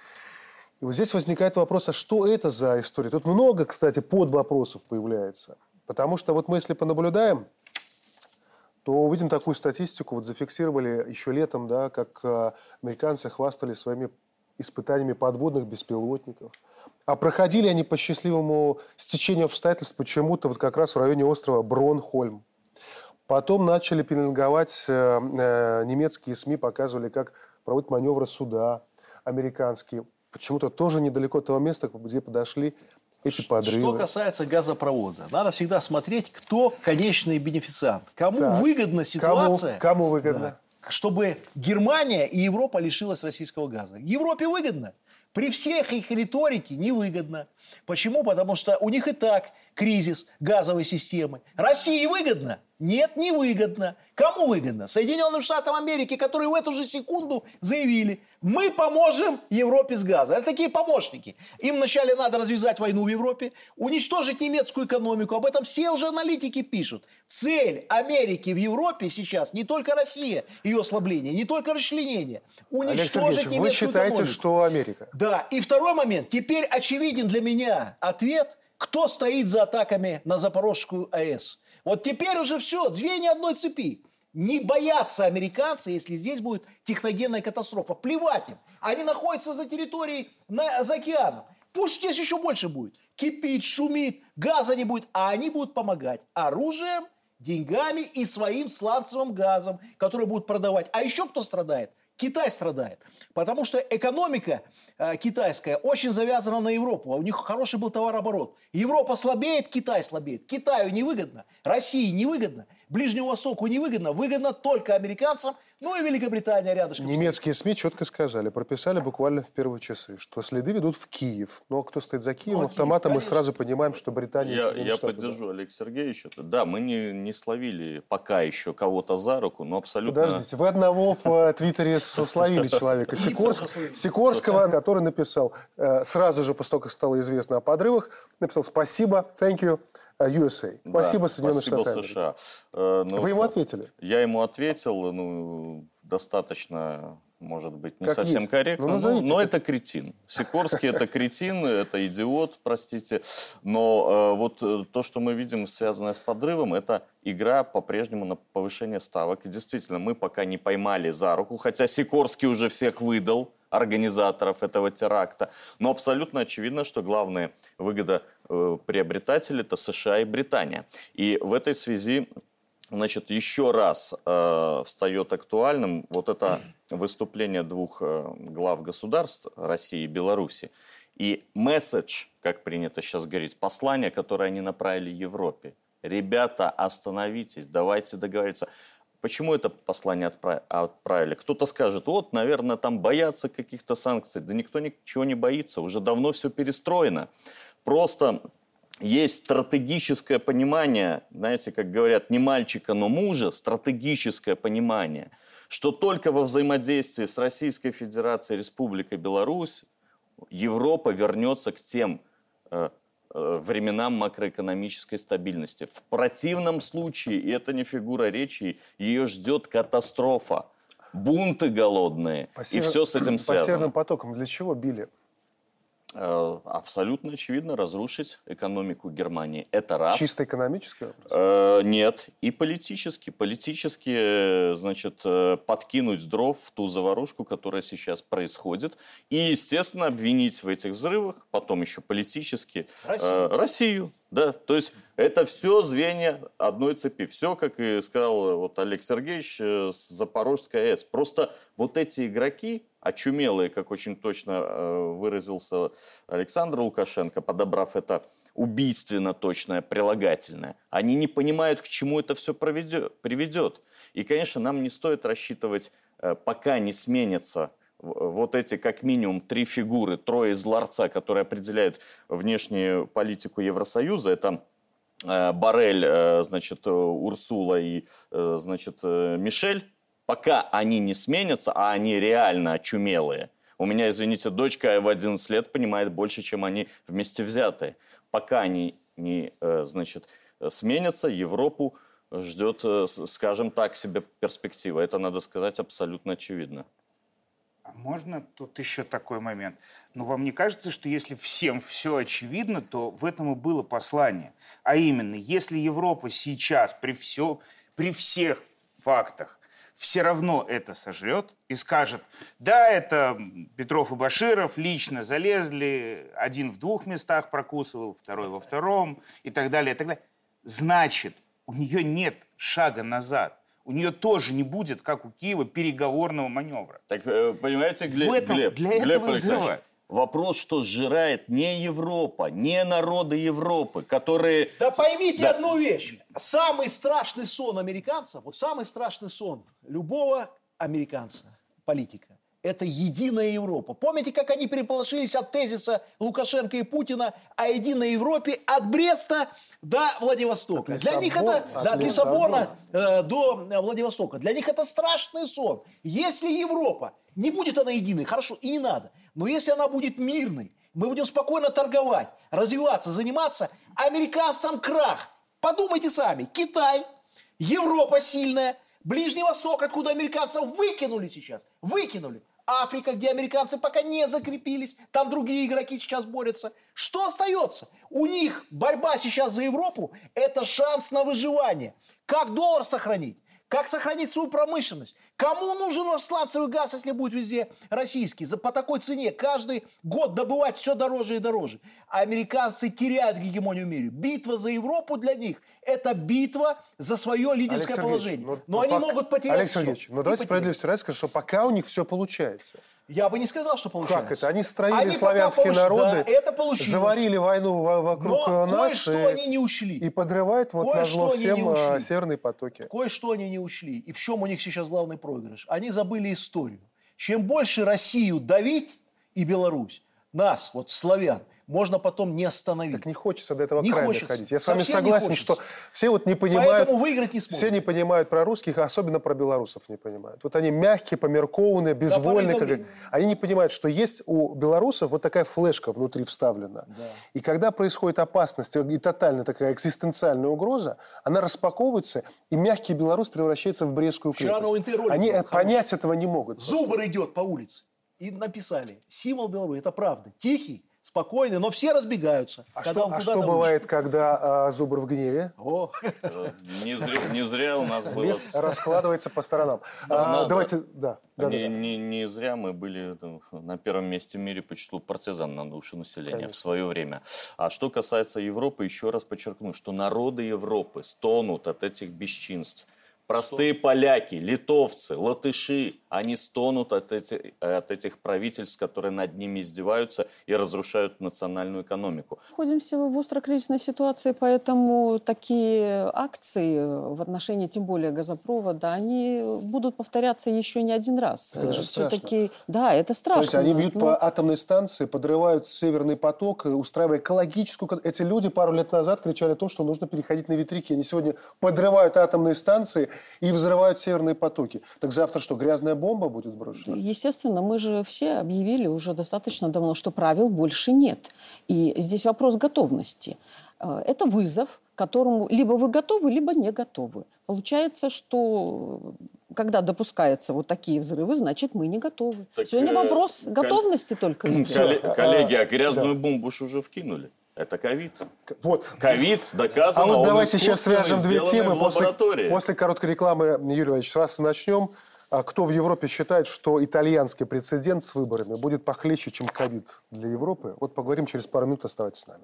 [SPEAKER 1] И вот здесь возникает вопрос, а что это за история? Тут много, кстати, подвопросов появляется. Потому что вот мы, если понаблюдаем, то увидим такую статистику. Вот зафиксировали еще летом, да, как э, американцы хвастались своими испытаниями подводных беспилотников. А проходили они по счастливому стечению обстоятельств почему-то вот как раз в районе острова Бронхольм. Потом начали пеленговать э, э, немецкие СМИ, показывали, как проводят маневры суда американские. Почему-то тоже недалеко от того места, где подошли эти подрывы.
[SPEAKER 5] Что касается газопровода, надо всегда смотреть, кто конечный бенефициант. Кому
[SPEAKER 1] Так.
[SPEAKER 5] выгодна ситуация,
[SPEAKER 1] Кому, кому выгодно?
[SPEAKER 5] да, чтобы Германия и Европа лишилась российского газа. Европе выгодно. При всех их риторике невыгодно. Почему? Потому что у них и так кризис газовой системы. России выгодно? Нет, не выгодно. Кому выгодно? Соединенным Штатам Америки, которые в эту же секунду заявили, мы поможем Европе с газом. Это такие помощники. Им вначале надо развязать войну в Европе, уничтожить немецкую экономику. Об этом все уже аналитики пишут. Цель Америки в Европе сейчас не только Россия, ее ослабление, не только расчленение.
[SPEAKER 1] Олег
[SPEAKER 5] Уничтожить
[SPEAKER 1] Сергеевич, вы
[SPEAKER 5] немецкую
[SPEAKER 1] считаете,
[SPEAKER 5] экономику.
[SPEAKER 1] что Америка?
[SPEAKER 5] Да, и второй момент. Теперь очевиден для меня ответ, кто стоит за атаками на Запорожскую АЭС. Вот теперь уже все, звенья одной цепи. Не боятся американцы, если здесь будет техногенная катастрофа. Плевать им. Они находятся за территорией, на, за океаном. Пусть здесь еще больше будет. Кипит, шумит, газа не будет. А они будут помогать оружием, деньгами и своим сланцевым газом, который будут продавать. А еще кто страдает? Китай страдает. Потому что экономика э, китайская очень завязана на Европу. А у них хороший был товарооборот. Европа слабеет, Китай слабеет. Китаю невыгодно, России невыгодно, Ближнему Востоку невыгодно. Выгодно только американцам, ну и Великобритания рядышком.
[SPEAKER 1] Немецкие СМИ четко сказали, прописали буквально в первые часы, что следы ведут в Киев. Но кто стоит за Киевом,
[SPEAKER 5] Ну,
[SPEAKER 1] автоматом мы
[SPEAKER 5] конечно.
[SPEAKER 1] сразу понимаем, что Британия... и
[SPEAKER 7] Я,
[SPEAKER 1] Соединенные
[SPEAKER 7] я
[SPEAKER 1] Штаты,
[SPEAKER 7] поддержу Олега Сергеевича. Да, мы не, не словили пока еще кого-то за руку, но абсолютно...
[SPEAKER 1] Подождите, вы одного в э, Твиттере словили человека, Сикорск- Сикорского, который написал, э, сразу же после того, как стало известно о подрывах, написал «Спасибо, thank you, э, ю эс эй».
[SPEAKER 7] Да,
[SPEAKER 1] Спасибо, Соединенные
[SPEAKER 7] спасибо,
[SPEAKER 1] Штаты Америки.
[SPEAKER 7] США. Э, ну,
[SPEAKER 1] Вы ему ответили?
[SPEAKER 7] Я ему ответил, ну, достаточно может быть, не
[SPEAKER 1] Как
[SPEAKER 7] совсем
[SPEAKER 1] есть.
[SPEAKER 7] корректно,
[SPEAKER 1] Ну,
[SPEAKER 7] но,
[SPEAKER 1] назовите
[SPEAKER 7] но
[SPEAKER 1] как.
[SPEAKER 7] это кретин. Сикорский это кретин, это идиот, простите. Но э, вот э, то, что мы видим, связанное с подрывом, это игра по-прежнему на повышение ставок. И действительно, мы пока не поймали за руку, хотя Сикорский уже всех выдал, организаторов этого теракта. Но абсолютно очевидно, что главные выгодоприобретатели – это США и Британия. И в этой связи, значит, еще раз э, встает актуальным вот это выступление двух э, глав государств, России и Беларуси. И месседж, как принято сейчас говорить, послание, которое они направили Европе. Ребята, остановитесь, давайте договориться. Почему это послание отправили? Кто-то скажет, вот, наверное, там боятся каких-то санкций. Да никто ничего не боится, уже давно все перестроено. Просто есть стратегическое понимание, знаете, как говорят, не мальчика, но мужа, стратегическое понимание, что только во взаимодействии с Российской Федерацией, Республикой Беларусь Европа вернется к тем э, временам макроэкономической стабильности. В противном случае, и это не фигура речи, ее ждет катастрофа, бунты голодные,
[SPEAKER 1] По
[SPEAKER 7] и
[SPEAKER 1] север...
[SPEAKER 7] все с этим
[SPEAKER 1] По
[SPEAKER 7] связано.
[SPEAKER 1] Северным потокам для чего били?
[SPEAKER 7] Э, Абсолютно очевидно, разрушить экономику Германии. Это раз.
[SPEAKER 1] Чисто экономическое?
[SPEAKER 7] Э, Нет, и политически. Политически, э, значит, э, подкинуть дров в ту заварушку, которая сейчас происходит. И, естественно, обвинить в этих взрывах, потом еще политически, э,
[SPEAKER 5] Россию.
[SPEAKER 7] Россию. Да, то есть это все звенья одной цепи. Все, как и сказал вот Олег Сергеевич, э, с Запорожской АЭС. Просто вот эти игроки, очумелые, как очень точно э, выразился Александр Лукашенко, подобрав это убийственно точное прилагательное, они не понимают, к чему это все приведет. И, конечно, нам не стоит рассчитывать, э, пока не сменятся вот эти, как минимум, три фигуры, трое из ларца, которые определяют внешнюю политику Евросоюза. Это э, Боррель, э, значит, Урсула и, э, значит, э, Мишель. Пока они не сменятся, а они реально очумелые. У меня, извините, дочка в одиннадцать лет понимает больше, чем они вместе взятые. Пока они не, э, значит, сменятся, Европу ждет, э, скажем так, себе перспектива. Это, надо сказать, абсолютно очевидно.
[SPEAKER 6] А можно тут еще такой момент? Но вам не кажется, что если всем все очевидно, то в этом и было послание? А именно, если Европа сейчас при, все, при всех фактах все равно это сожрет и скажет, да, это Петров и Баширов лично залезли, один в двух местах прокусывал, второй во втором и так далее, и так далее. Значит, у нее нет шага назад. У нее тоже не будет, как у Киева, переговорного маневра.
[SPEAKER 7] Так, понимаете, Глеб,
[SPEAKER 6] В этом,
[SPEAKER 7] Глеб,
[SPEAKER 6] для
[SPEAKER 7] Глеб
[SPEAKER 6] этого
[SPEAKER 7] Александрович,
[SPEAKER 6] взрывать.
[SPEAKER 7] вопрос, что сжирает не Европа, не народы Европы, которые...
[SPEAKER 5] Да поймите
[SPEAKER 7] Да.
[SPEAKER 5] одну вещь. Самый страшный сон американцев, вот самый страшный сон любого американца, политика, это единая Европа. Помните, как они переполошились от тезиса Лукашенко и Путина о единой Европе от Бреста до Владивостока?
[SPEAKER 1] От
[SPEAKER 5] Для них
[SPEAKER 1] Лиссабона-
[SPEAKER 5] это,
[SPEAKER 1] от
[SPEAKER 5] да, от
[SPEAKER 1] Лиссабона.
[SPEAKER 5] Лиссабона э, до э, Владивостока. Для них это страшный сон. Если Европа, не будет она единой, хорошо, и не надо, но если она будет мирной, мы будем спокойно торговать, развиваться, заниматься, американцам крах. Подумайте сами, Китай, Европа сильная, Ближний Восток, откуда американцев выкинули сейчас, выкинули. Африка, где американцы пока не закрепились, там другие игроки сейчас борются. Что остается? У них борьба сейчас за Европу – это шанс на выживание. Как доллар сохранить? Как сохранить свою промышленность? Кому нужен сланцевый газ, если будет везде российский? За, по такой цене каждый год добывать все дороже и дороже. А американцы теряют гегемонию в мире. Битва за Европу для них – это битва за свое лидерское
[SPEAKER 1] Олег
[SPEAKER 5] положение.
[SPEAKER 1] Сергеевич,
[SPEAKER 5] Но
[SPEAKER 1] ну,
[SPEAKER 5] они
[SPEAKER 1] пок-
[SPEAKER 5] могут потерять
[SPEAKER 1] Олег
[SPEAKER 5] все.
[SPEAKER 1] Сергеевич, ну
[SPEAKER 5] И
[SPEAKER 1] давайте
[SPEAKER 5] потерять.
[SPEAKER 1] справедливости ради скажем, что пока у них все получается.
[SPEAKER 5] Я бы не сказал, что получается.
[SPEAKER 1] Как это? Они строили
[SPEAKER 5] Они пока
[SPEAKER 1] славянские
[SPEAKER 5] получ-
[SPEAKER 1] народы,
[SPEAKER 5] да, это получилось.
[SPEAKER 1] заварили войну во- вокруг
[SPEAKER 5] Но
[SPEAKER 1] нас
[SPEAKER 5] кое-что
[SPEAKER 1] и,
[SPEAKER 5] они не учли.
[SPEAKER 1] и подрывают вот
[SPEAKER 5] Кое-что
[SPEAKER 1] назло
[SPEAKER 5] они не
[SPEAKER 1] всем а,
[SPEAKER 5] учли.
[SPEAKER 1] северные потоки.
[SPEAKER 5] Кое-что они не учли. И в чем у них сейчас главный проигрыш? Они забыли историю. Чем больше Россию давить и Беларусь, нас, вот славян, можно потом не остановить.
[SPEAKER 1] Так не хочется до этого
[SPEAKER 5] Не
[SPEAKER 1] края
[SPEAKER 5] хочется.
[SPEAKER 1] доходить. Я с
[SPEAKER 5] Совсем
[SPEAKER 1] вами
[SPEAKER 5] не
[SPEAKER 1] согласен,
[SPEAKER 5] хочется.
[SPEAKER 1] что все вот не понимают...
[SPEAKER 5] Поэтому выиграть не смогут.
[SPEAKER 1] Все не понимают про русских, а особенно про белорусов не понимают. Вот они мягкие, померкованные, безвольные.
[SPEAKER 5] Да,
[SPEAKER 1] как... Они не понимают, что есть у белорусов вот такая флешка внутри вставлена. Да. И когда происходит опасность и тотальная такая экзистенциальная угроза, она распаковывается, и мягкий белорус превращается в Брестскую крепость.
[SPEAKER 5] Вчера на ОНТ ролик
[SPEAKER 1] Они
[SPEAKER 5] был
[SPEAKER 1] понять этого не могут.
[SPEAKER 5] Зубр идет по улице. И написали, символ Беларуси, это правда. Тихий, спокойный, но все разбегаются.
[SPEAKER 1] А что, а что бывает, когда а, Зубр в гневе?
[SPEAKER 5] О.
[SPEAKER 7] Не зря, не зря у нас было...
[SPEAKER 1] Лес раскладывается по сторонам. А, давайте, да. да,
[SPEAKER 7] не,
[SPEAKER 1] да, да.
[SPEAKER 7] Не, не зря мы были на первом месте в мире по числу партизан на душу населения Конечно. В свое время. А что касается Европы, еще раз подчеркну, что народы Европы стонут от этих бесчинств. Простые Что? поляки, литовцы, латыши, они стонут от этих, от этих правительств, которые над ними издеваются и разрушают национальную экономику.
[SPEAKER 4] Находимся в острокризисной ситуации, поэтому такие акции в отношении, тем более газопровода, они будут повторяться еще не один раз.
[SPEAKER 1] Это же
[SPEAKER 4] Все-таки, да, это страшно.
[SPEAKER 1] То есть они бьют но... по атомной станции, подрывают Северный поток, устраивая экологическую... Эти люди пару лет назад кричали о том, что нужно переходить на ветряки. Они сегодня подрывают атомные станции и взрывают северные потоки. Так завтра что, грязная бомба будет сброшена?
[SPEAKER 4] Естественно, мы же все объявили уже достаточно давно, что правил больше нет. И здесь вопрос готовности. Это вызов, к которому либо вы готовы, либо не готовы. Получается, что когда допускаются вот такие взрывы, значит, мы не готовы.
[SPEAKER 7] Так,
[SPEAKER 4] Сегодня вопрос
[SPEAKER 7] кол-
[SPEAKER 4] только. только
[SPEAKER 7] кол- коллеги, а грязную да. бомбу ж уже вкинули. Это ковид.
[SPEAKER 1] Вот.
[SPEAKER 7] Ковид доказано.
[SPEAKER 1] А вот давайте сейчас свяжем две темы. После,
[SPEAKER 7] после
[SPEAKER 1] короткой рекламы, Юрий Иванович, с вас начнем. Кто в Европе считает, что итальянский прецедент с выборами будет похлеще, чем ковид для Европы? Вот поговорим через пару минут. Оставайтесь с нами.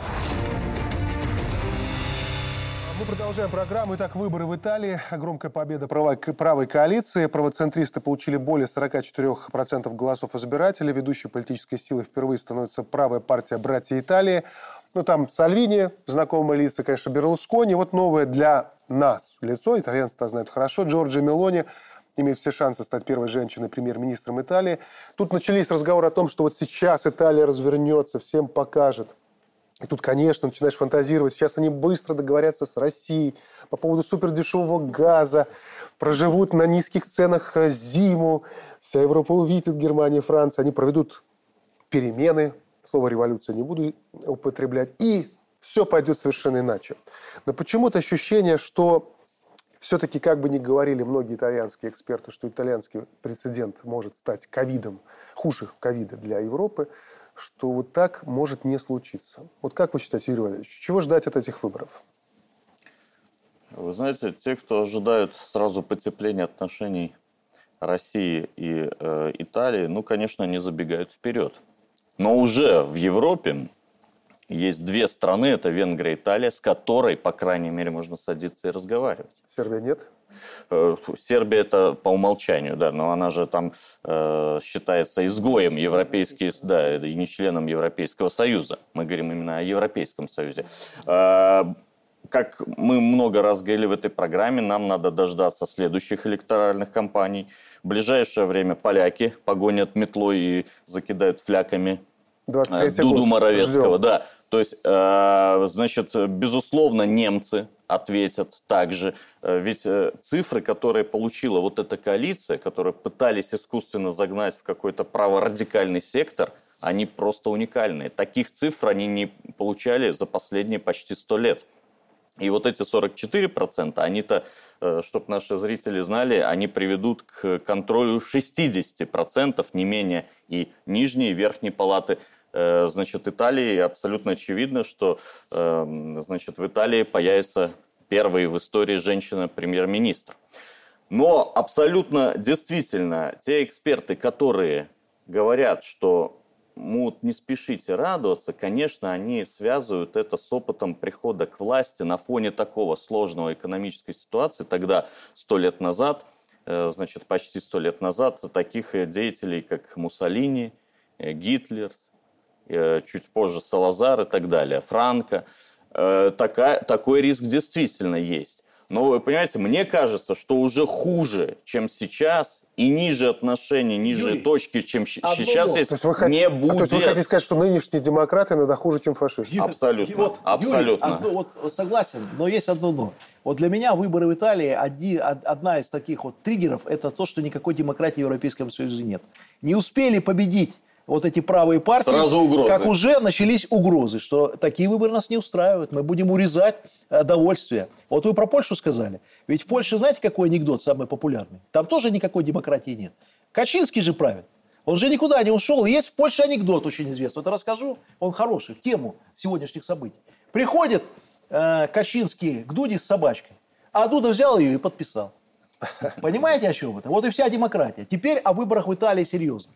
[SPEAKER 1] Мы продолжаем программу. Итак, выборы в Италии. Громкая победа правой, правой коалиции. Правоцентристы получили более сорок четыре процента голосов избирателей. Ведущей политической силой впервые становится правая партия «Братья Италии». Ну, там Сальвини, знакомые лица, конечно, Берлускони. Вот новое для нас лицо, итальянцы-то знают хорошо, Джорджия Мелони имеет все шансы стать первой женщиной премьер-министром Италии. Тут начались разговоры о том, что вот сейчас Италия развернется, всем покажет. И тут, конечно, начинаешь фантазировать. Сейчас они быстро договорятся с Россией по поводу супердешевого газа, проживут на низких ценах зиму. Вся Европа увидит, Германия, Франция. Они проведут перемены. Слово «революция» не буду употреблять. И все пойдет совершенно иначе. Но почему-то ощущение, что все-таки, как бы ни говорили многие итальянские эксперты, что итальянский прецедент может стать ковидом, хуже ковида для Европы, что вот так может не случиться. Вот как вы считаете, Юрий Валерьевич, чего ждать от этих выборов?
[SPEAKER 7] Вы знаете, те, кто ожидают сразу потепления отношений России и э, Италии, ну, конечно, не забегают вперед. Но уже в Европе есть две страны, это Венгрия и Италия, с которой, по крайней мере, можно садиться и разговаривать.
[SPEAKER 1] Сербия нет?
[SPEAKER 7] Сербия это по умолчанию, да, но она же там э, считается изгоем европейских, да, и не членом Европейского Союза. Мы говорим именно о Европейском Союзе. Э, как мы много раз говорили в этой программе, нам надо дождаться следующих электоральных кампаний. В ближайшее время поляки погонят метлой и закидают фляками Дуду Моровецкого. Да. То есть, э, значит, безусловно, немцы ответят также. Ведь цифры, которые получила вот эта коалиция, которые пытались искусственно загнать в какой-то праворадикальный сектор, они просто уникальные. Таких цифр они не получали за последние почти сто лет. И вот эти сорок четыре процента, они-то, чтобы наши зрители знали, они приведут к контролю шестьдесят процентов, не менее, и нижней, и верхней палаты. Значит, Италии абсолютно очевидно, что значит, в Италии появится первая в истории женщина-премьер-министр. Но абсолютно действительно те эксперты, которые говорят, что ну, не спешите радоваться, конечно, они связывают это с опытом прихода к власти на фоне такого сложного экономической ситуации. Тогда сто лет назад, значит, почти сто лет назад, таких деятелей, как Муссолини, Гитлер, чуть позже Салазар и так далее, Франко, такая, такой риск действительно есть. Но вы понимаете, мне кажется, что уже хуже, чем сейчас, и ниже отношений, ниже
[SPEAKER 5] Юрий,
[SPEAKER 7] точки, чем щ-
[SPEAKER 5] одно
[SPEAKER 7] сейчас
[SPEAKER 5] но.
[SPEAKER 7] есть,
[SPEAKER 1] То есть вы
[SPEAKER 7] не
[SPEAKER 1] хотите,
[SPEAKER 7] будет.
[SPEAKER 1] то есть вы хотите сказать, что нынешние демократы иногда хуже, чем фашисты?
[SPEAKER 5] Ю-
[SPEAKER 7] Абсолютно,
[SPEAKER 5] и вот,
[SPEAKER 7] абсолютно.
[SPEAKER 5] Юрий, одно, вот, согласен, но есть одно но. Вот для меня выборы в Италии, одни, од- одна из таких вот триггеров, это то, что никакой демократии в Европейском Союзе нет. Не успели победить вот эти правые партии,
[SPEAKER 7] Сразу угрозы.
[SPEAKER 5] как уже начались угрозы, что такие выборы нас не устраивают, мы будем урезать э, довольствие. Вот вы про Польшу сказали. Ведь в Польше, знаете, какой анекдот самый популярный? Там тоже никакой демократии нет. Качинский же правит. Он же никуда не ушел. Есть в Польше анекдот очень известный. Вот расскажу, он хороший, в тему сегодняшних событий. Приходит э, Качинский к Дуде с собачкой, а Дуда взял ее и подписал. Понимаете, о чем это? Вот и вся демократия. Теперь о выборах в Италии серьезно.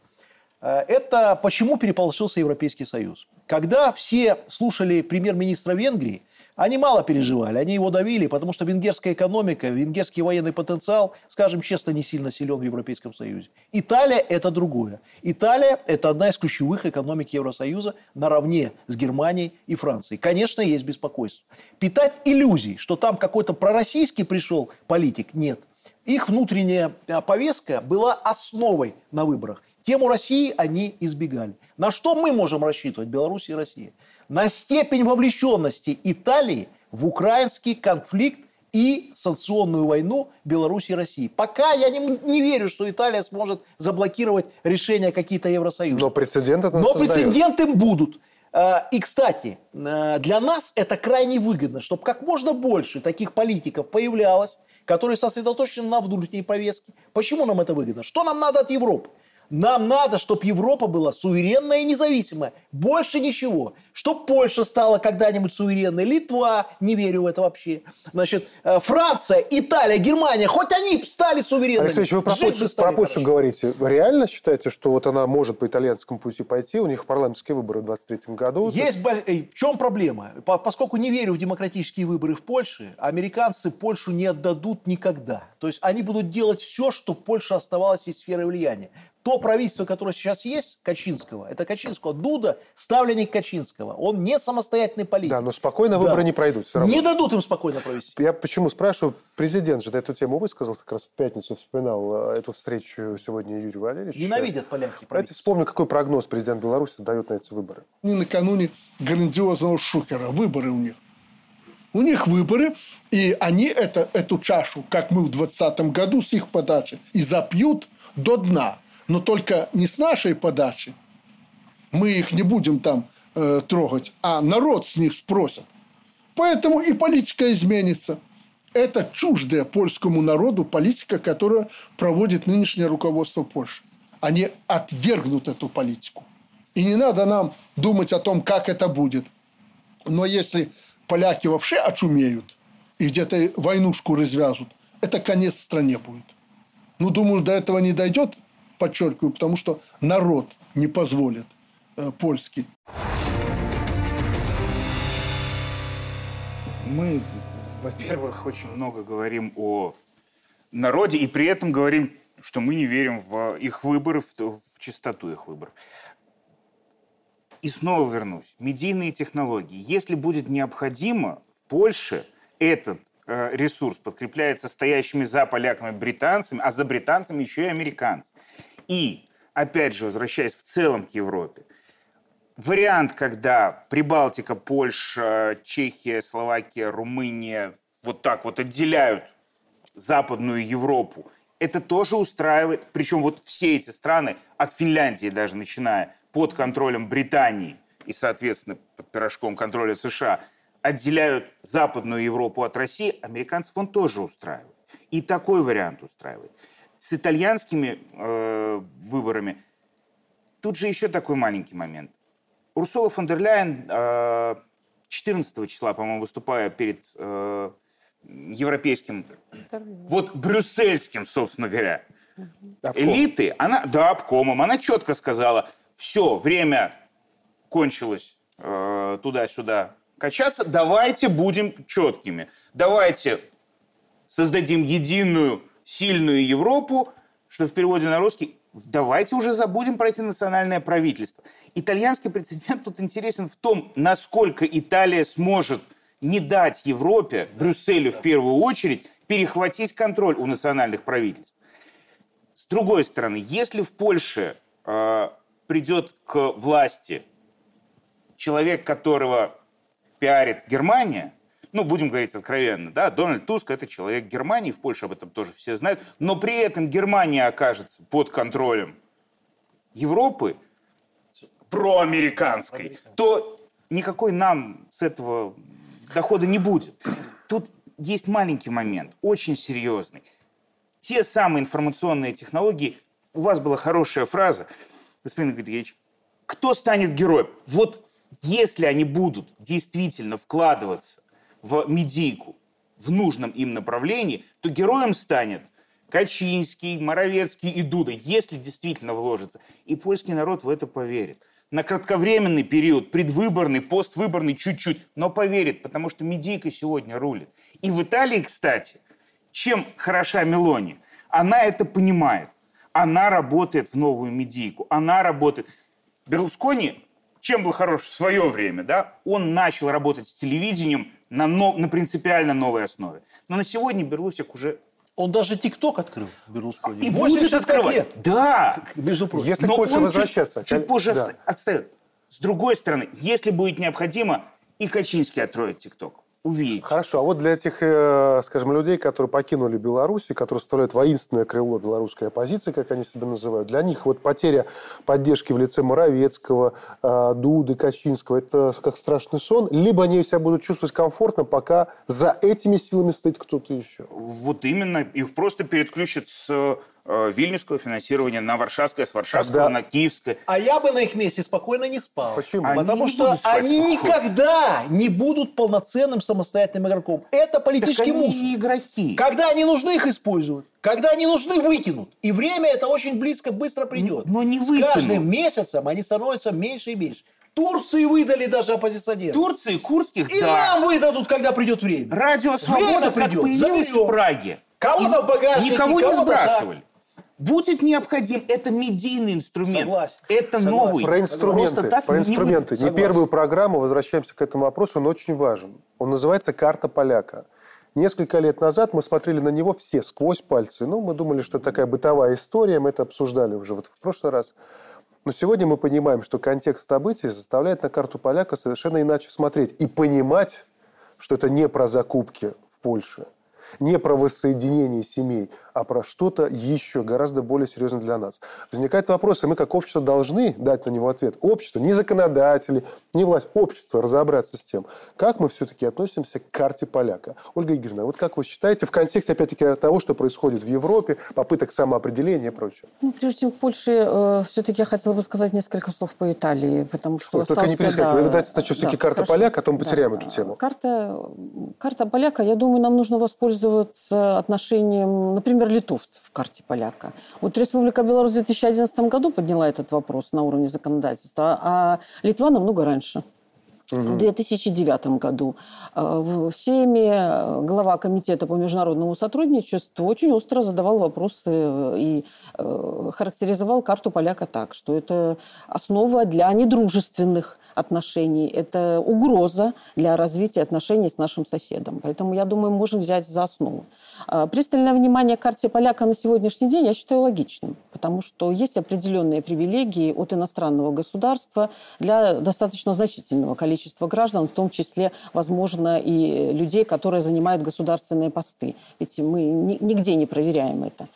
[SPEAKER 5] Это почему переполошился Европейский Союз. Когда все слушали премьер-министра Венгрии, они мало переживали, они его давили, потому что венгерская экономика, венгерский военный потенциал, скажем честно, не сильно силен в Европейском Союзе. Италия – это другое. Италия – это одна из ключевых экономик Евросоюза наравне с Германией и Францией. Конечно, есть беспокойство. Питать иллюзий, что там какой-то пророссийский пришел политик, нет. Их внутренняя повестка была основой на выборах. Тему России они избегали. На что мы можем рассчитывать, Беларусь и Россия? На степень вовлеченности Италии в украинский конфликт и санкционную войну Беларуси и России. Пока я не, не верю, что Италия сможет заблокировать решения какие-то Евросоюза.
[SPEAKER 1] Но прецеденты
[SPEAKER 5] Но
[SPEAKER 1] создает.
[SPEAKER 5] прецеденты будут. И, кстати, для нас это крайне выгодно, чтобы как можно больше таких политиков появлялось, которые сосредоточены на внутренней повестке. Почему нам это выгодно? Что нам надо от Европы? Нам надо, чтобы Европа была суверенная и независимая. Больше ничего. Чтобы Польша стала когда-нибудь суверенной. Литва, не верю в это вообще. Значит, Франция, Италия, Германия, хоть они стали суверенными.
[SPEAKER 1] Алексей Ильич, вы про
[SPEAKER 5] Жить
[SPEAKER 1] Польшу,
[SPEAKER 5] бы стали
[SPEAKER 1] про Польшу
[SPEAKER 5] хорошо.
[SPEAKER 1] говорите. Вы реально считаете, что вот она может по итальянскому пути пойти? У них парламентские выборы в двадцать третьем году.
[SPEAKER 5] Есть, боль- э, в чем проблема? По- Поскольку не верю в демократические выборы в Польше, американцы Польшу не отдадут никогда. То есть они будут делать все, чтобы Польша оставалась из сферы влияния. То правительство, которое сейчас есть, Качинского, это Качинского. Дуда – ставленник Качинского. Он не самостоятельный политик.
[SPEAKER 1] Да, но спокойно
[SPEAKER 5] Да.
[SPEAKER 1] выборы не пройдут. Все равно.
[SPEAKER 5] Не дадут им спокойно провести.
[SPEAKER 1] Я почему спрашиваю? Президент же на эту тему высказался, как раз в пятницу вспоминал э, эту встречу сегодня Юрий Валерьевич.
[SPEAKER 5] Ненавидят поляки
[SPEAKER 1] Давайте
[SPEAKER 5] правительство.
[SPEAKER 1] вспомним, какой прогноз президент Беларуси дает на эти выборы.
[SPEAKER 2] Не накануне грандиозного шухера. Выборы у них. У них выборы, и они это, эту чашу, как мы в двадцатом году с их подачи, и запьют до дна. Но только не с нашей подачи. Мы их не будем там э, трогать, а народ с них спросит. Поэтому и политика изменится. Это чуждая польскому народу политика, которую проводит нынешнее руководство Польши. Они отвергнут эту политику. И не надо нам думать о том, как это будет. Но если поляки вообще очумеют и где-то войнушку развяжут, это конец стране будет. Ну, думаю, до этого не дойдет, подчеркиваю, потому что народ не позволит э, польский.
[SPEAKER 6] Мы, во-первых, очень много говорим о народе, и при этом говорим, что мы не верим в их выборы, в, в чистоту их выборов. И снова вернусь. Медийные технологии. Если будет необходимо, в Польше этот э, ресурс подкрепляется стоящими за поляками британцами, а за британцами еще и американцы. И, опять же, возвращаясь в целом к Европе, вариант, когда Прибалтика, Польша, Чехия, Словакия, Румыния вот так вот отделяют Западную Европу, это тоже устраивает. Причем вот все эти страны, от Финляндии даже начиная, под контролем Британии и, соответственно, под пирожком контроля США, отделяют Западную Европу от России, американцев он тоже устраивает. И такой вариант устраивает. С итальянскими э, выборами тут же еще такой маленький момент. Урсула фон дер Ляйен э, четырнадцатого числа, по-моему, выступая перед э, европейским, вот брюссельским, собственно говоря,
[SPEAKER 1] Обком.
[SPEAKER 6] элиты, она, да, обкомом, она четко сказала, все, время кончилось э, туда-сюда качаться, давайте будем четкими, давайте создадим единую, сильную Европу, что в переводе на русский, давайте уже забудем про эти национальное правительство. Итальянский прецедент тут интересен в том, насколько Италия сможет Не дать Европе, Брюсселю в первую очередь, перехватить контроль у национальных правительств. С другой стороны, если в Польше э, придет к власти человек, которого пиарит Германия, ну, будем говорить откровенно, да, Дональд Туск – это человек Германии, в Польше об этом тоже все знают, но при этом Германия окажется под контролем Европы, проамериканской, то никакой нам с этого дохода не будет. Тут есть маленький момент, очень серьезный. Те самые информационные технологии, у вас была хорошая фраза, господин Григорьевич, кто станет героем? Вот если они будут действительно вкладываться в медийку в нужном им направлении, то героем станет Качинский, Моровецкий и Дуда, если действительно вложится. И польский народ в это поверит. На кратковременный период, предвыборный, поствыборный чуть-чуть, но поверит, потому что медийка сегодня рулит. И в Италии, кстати, чем хороша Мелони, она это понимает. Она работает в новую медийку, она работает. Берлускони, чем был хорош в свое время, да, он начал работать с телевидением на, нов... на принципиально новой основе. Но на сегодня Берлусик уже...
[SPEAKER 5] Он даже ТикТок открыл, Берлускони.
[SPEAKER 6] И будет открывать.
[SPEAKER 5] Лет.
[SPEAKER 6] Да.
[SPEAKER 5] Между прочим.
[SPEAKER 1] Если
[SPEAKER 6] Но
[SPEAKER 1] хочешь
[SPEAKER 6] он
[SPEAKER 1] возвращаться...
[SPEAKER 6] Чуть, чуть позже
[SPEAKER 1] да.
[SPEAKER 6] отстает. С другой стороны, если будет необходимо, и Качинский откроет ТикТок. Увидите.
[SPEAKER 1] Хорошо, а вот для этих, скажем, людей, которые покинули Беларусь, которые составляют воинственное крыло белорусской оппозиции, как они себя называют, для них вот потеря поддержки в лице Моровецкого, Дуды, Качинского, это как страшный сон, либо они себя будут чувствовать комфортно, пока за этими силами стоит кто-то еще.
[SPEAKER 6] Вот именно. Их просто переключат с вильнюсского финансирования на варшавское, с варшавского
[SPEAKER 1] Тогда...
[SPEAKER 6] на киевское.
[SPEAKER 5] А я бы на их месте спокойно не спал.
[SPEAKER 1] Почему?
[SPEAKER 6] Они
[SPEAKER 5] Потому
[SPEAKER 6] не
[SPEAKER 5] что
[SPEAKER 6] будут спать
[SPEAKER 5] они
[SPEAKER 6] спокойно.
[SPEAKER 5] никогда не будут полноценным самостоятельным игроком. Это политический
[SPEAKER 6] Так они
[SPEAKER 5] мусор.
[SPEAKER 6] не игроки.
[SPEAKER 5] Когда они нужны, их используют. Когда они нужны, выкинут. И время это очень близко, быстро придет.
[SPEAKER 6] Но не
[SPEAKER 5] С
[SPEAKER 6] выкинут.
[SPEAKER 5] каждым месяцем они становятся меньше и меньше. Турции выдали даже оппозиционеров.
[SPEAKER 6] Турции, курских,
[SPEAKER 5] И
[SPEAKER 6] да.
[SPEAKER 5] нам выдадут, когда придет время.
[SPEAKER 6] Радио «Свобода»
[SPEAKER 5] Время
[SPEAKER 6] как
[SPEAKER 5] придет,
[SPEAKER 6] появилось
[SPEAKER 5] заберем.
[SPEAKER 6] в Праге.
[SPEAKER 5] Кого-то
[SPEAKER 6] И
[SPEAKER 5] в багажнике,
[SPEAKER 6] никого не
[SPEAKER 5] кого-то
[SPEAKER 6] сбрасывали. Будет необходим, это медийный инструмент.
[SPEAKER 5] Согласен.
[SPEAKER 6] Это
[SPEAKER 5] Согласен.
[SPEAKER 6] новый.
[SPEAKER 1] Про инструменты,
[SPEAKER 6] Просто так
[SPEAKER 1] про
[SPEAKER 6] не
[SPEAKER 1] инструменты.
[SPEAKER 6] будет.
[SPEAKER 1] Не
[SPEAKER 5] Согласен.
[SPEAKER 1] первую программу, возвращаемся к этому вопросу, он очень важен. Он называется «Карта поляка». Несколько лет назад мы смотрели на него все сквозь пальцы. Ну, мы думали, что это такая бытовая история, мы это обсуждали уже вот в прошлый раз. Но сегодня мы понимаем, что контекст событий заставляет на карту поляка совершенно иначе смотреть и понимать, что это не про закупки в Польше, не про воссоединение семей, а про что-то еще гораздо более серьезное для нас. Возникает вопрос, и мы как общество должны дать на него ответ. Общество, не законодатели, не власть, общество разобраться с тем, как мы все-таки относимся к карте поляка. Ольга Игоревна, вот как вы считаете, в контексте, опять-таки, того, что происходит в Европе, попыток самоопределения и прочее?
[SPEAKER 4] Ну, прежде чем к Польше, э, все-таки я хотела бы сказать несколько слов по Италии, потому что
[SPEAKER 1] Ой,
[SPEAKER 4] остался...
[SPEAKER 1] только не перескакивай. Вы дайте сначала все-таки карта
[SPEAKER 4] хорошо.
[SPEAKER 1] поляка, а то мы
[SPEAKER 4] Да.
[SPEAKER 1] потеряем эту тему.
[SPEAKER 4] Карта, карта поляка, я думаю, нам нужно воспользоваться отношением, например, литовцев в карте поляка. Вот Республика Беларусь в две тысячи одиннадцатом году подняла этот вопрос на уровне законодательства, а Литва намного раньше. В две тысячи девятом году в Сейме глава Комитета по международному сотрудничеству очень остро задавал вопросы и характеризовал карту поляка так, что это основа для недружественных отношений, это угроза для развития отношений с нашим соседом. Поэтому, я думаю, можем взять за основу. Пристальное внимание к карте поляка на сегодняшний день я считаю логичным, потому что есть определенные привилегии от иностранного государства для достаточно значительного количества граждан, в том числе, возможно, и людей, которые занимают государственные посты. Ведь мы нигде не проверяем это.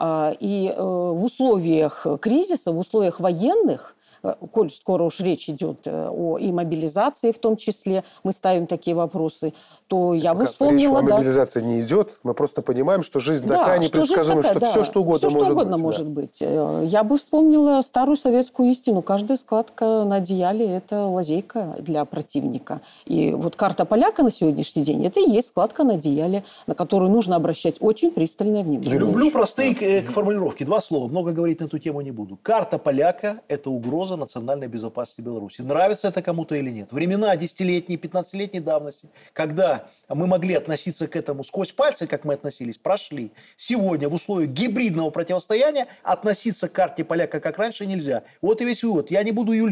[SPEAKER 4] И в условиях кризиса, в условиях военных, коль скоро уж речь идет о и мобилизации в том числе, мы ставим такие вопросы, то я бы вспомнила...
[SPEAKER 1] Речь о
[SPEAKER 4] да,
[SPEAKER 1] мобилизации не идет, мы просто понимаем, что жизнь
[SPEAKER 4] да,
[SPEAKER 1] такая
[SPEAKER 4] что жизнь
[SPEAKER 1] непредсказуемая,
[SPEAKER 4] такая,
[SPEAKER 1] что
[SPEAKER 4] да,
[SPEAKER 1] все, что угодно,
[SPEAKER 4] все,
[SPEAKER 1] может,
[SPEAKER 4] что угодно
[SPEAKER 1] быть,
[SPEAKER 4] может
[SPEAKER 1] да.
[SPEAKER 4] быть. Я бы вспомнила старую советскую истину. Каждая складка на одеяле – это лазейка для противника. И вот карта поляка на сегодняшний день – это и есть складка на одеяле, на которую нужно обращать очень пристальное внимание.
[SPEAKER 5] Люблю простые э, формулировки. Два слова. Много говорить на эту тему не буду. Карта поляка – это угроза национальной безопасности Беларуси. Нравится это кому-то или нет. Времена десятилетней, пятнадцатилетней давности, когда мы могли относиться к этому сквозь пальцы, как мы относились, прошли. Сегодня в условиях гибридного противостояния относиться к карте поляка как раньше нельзя. Вот и весь вывод. Я не буду юлить.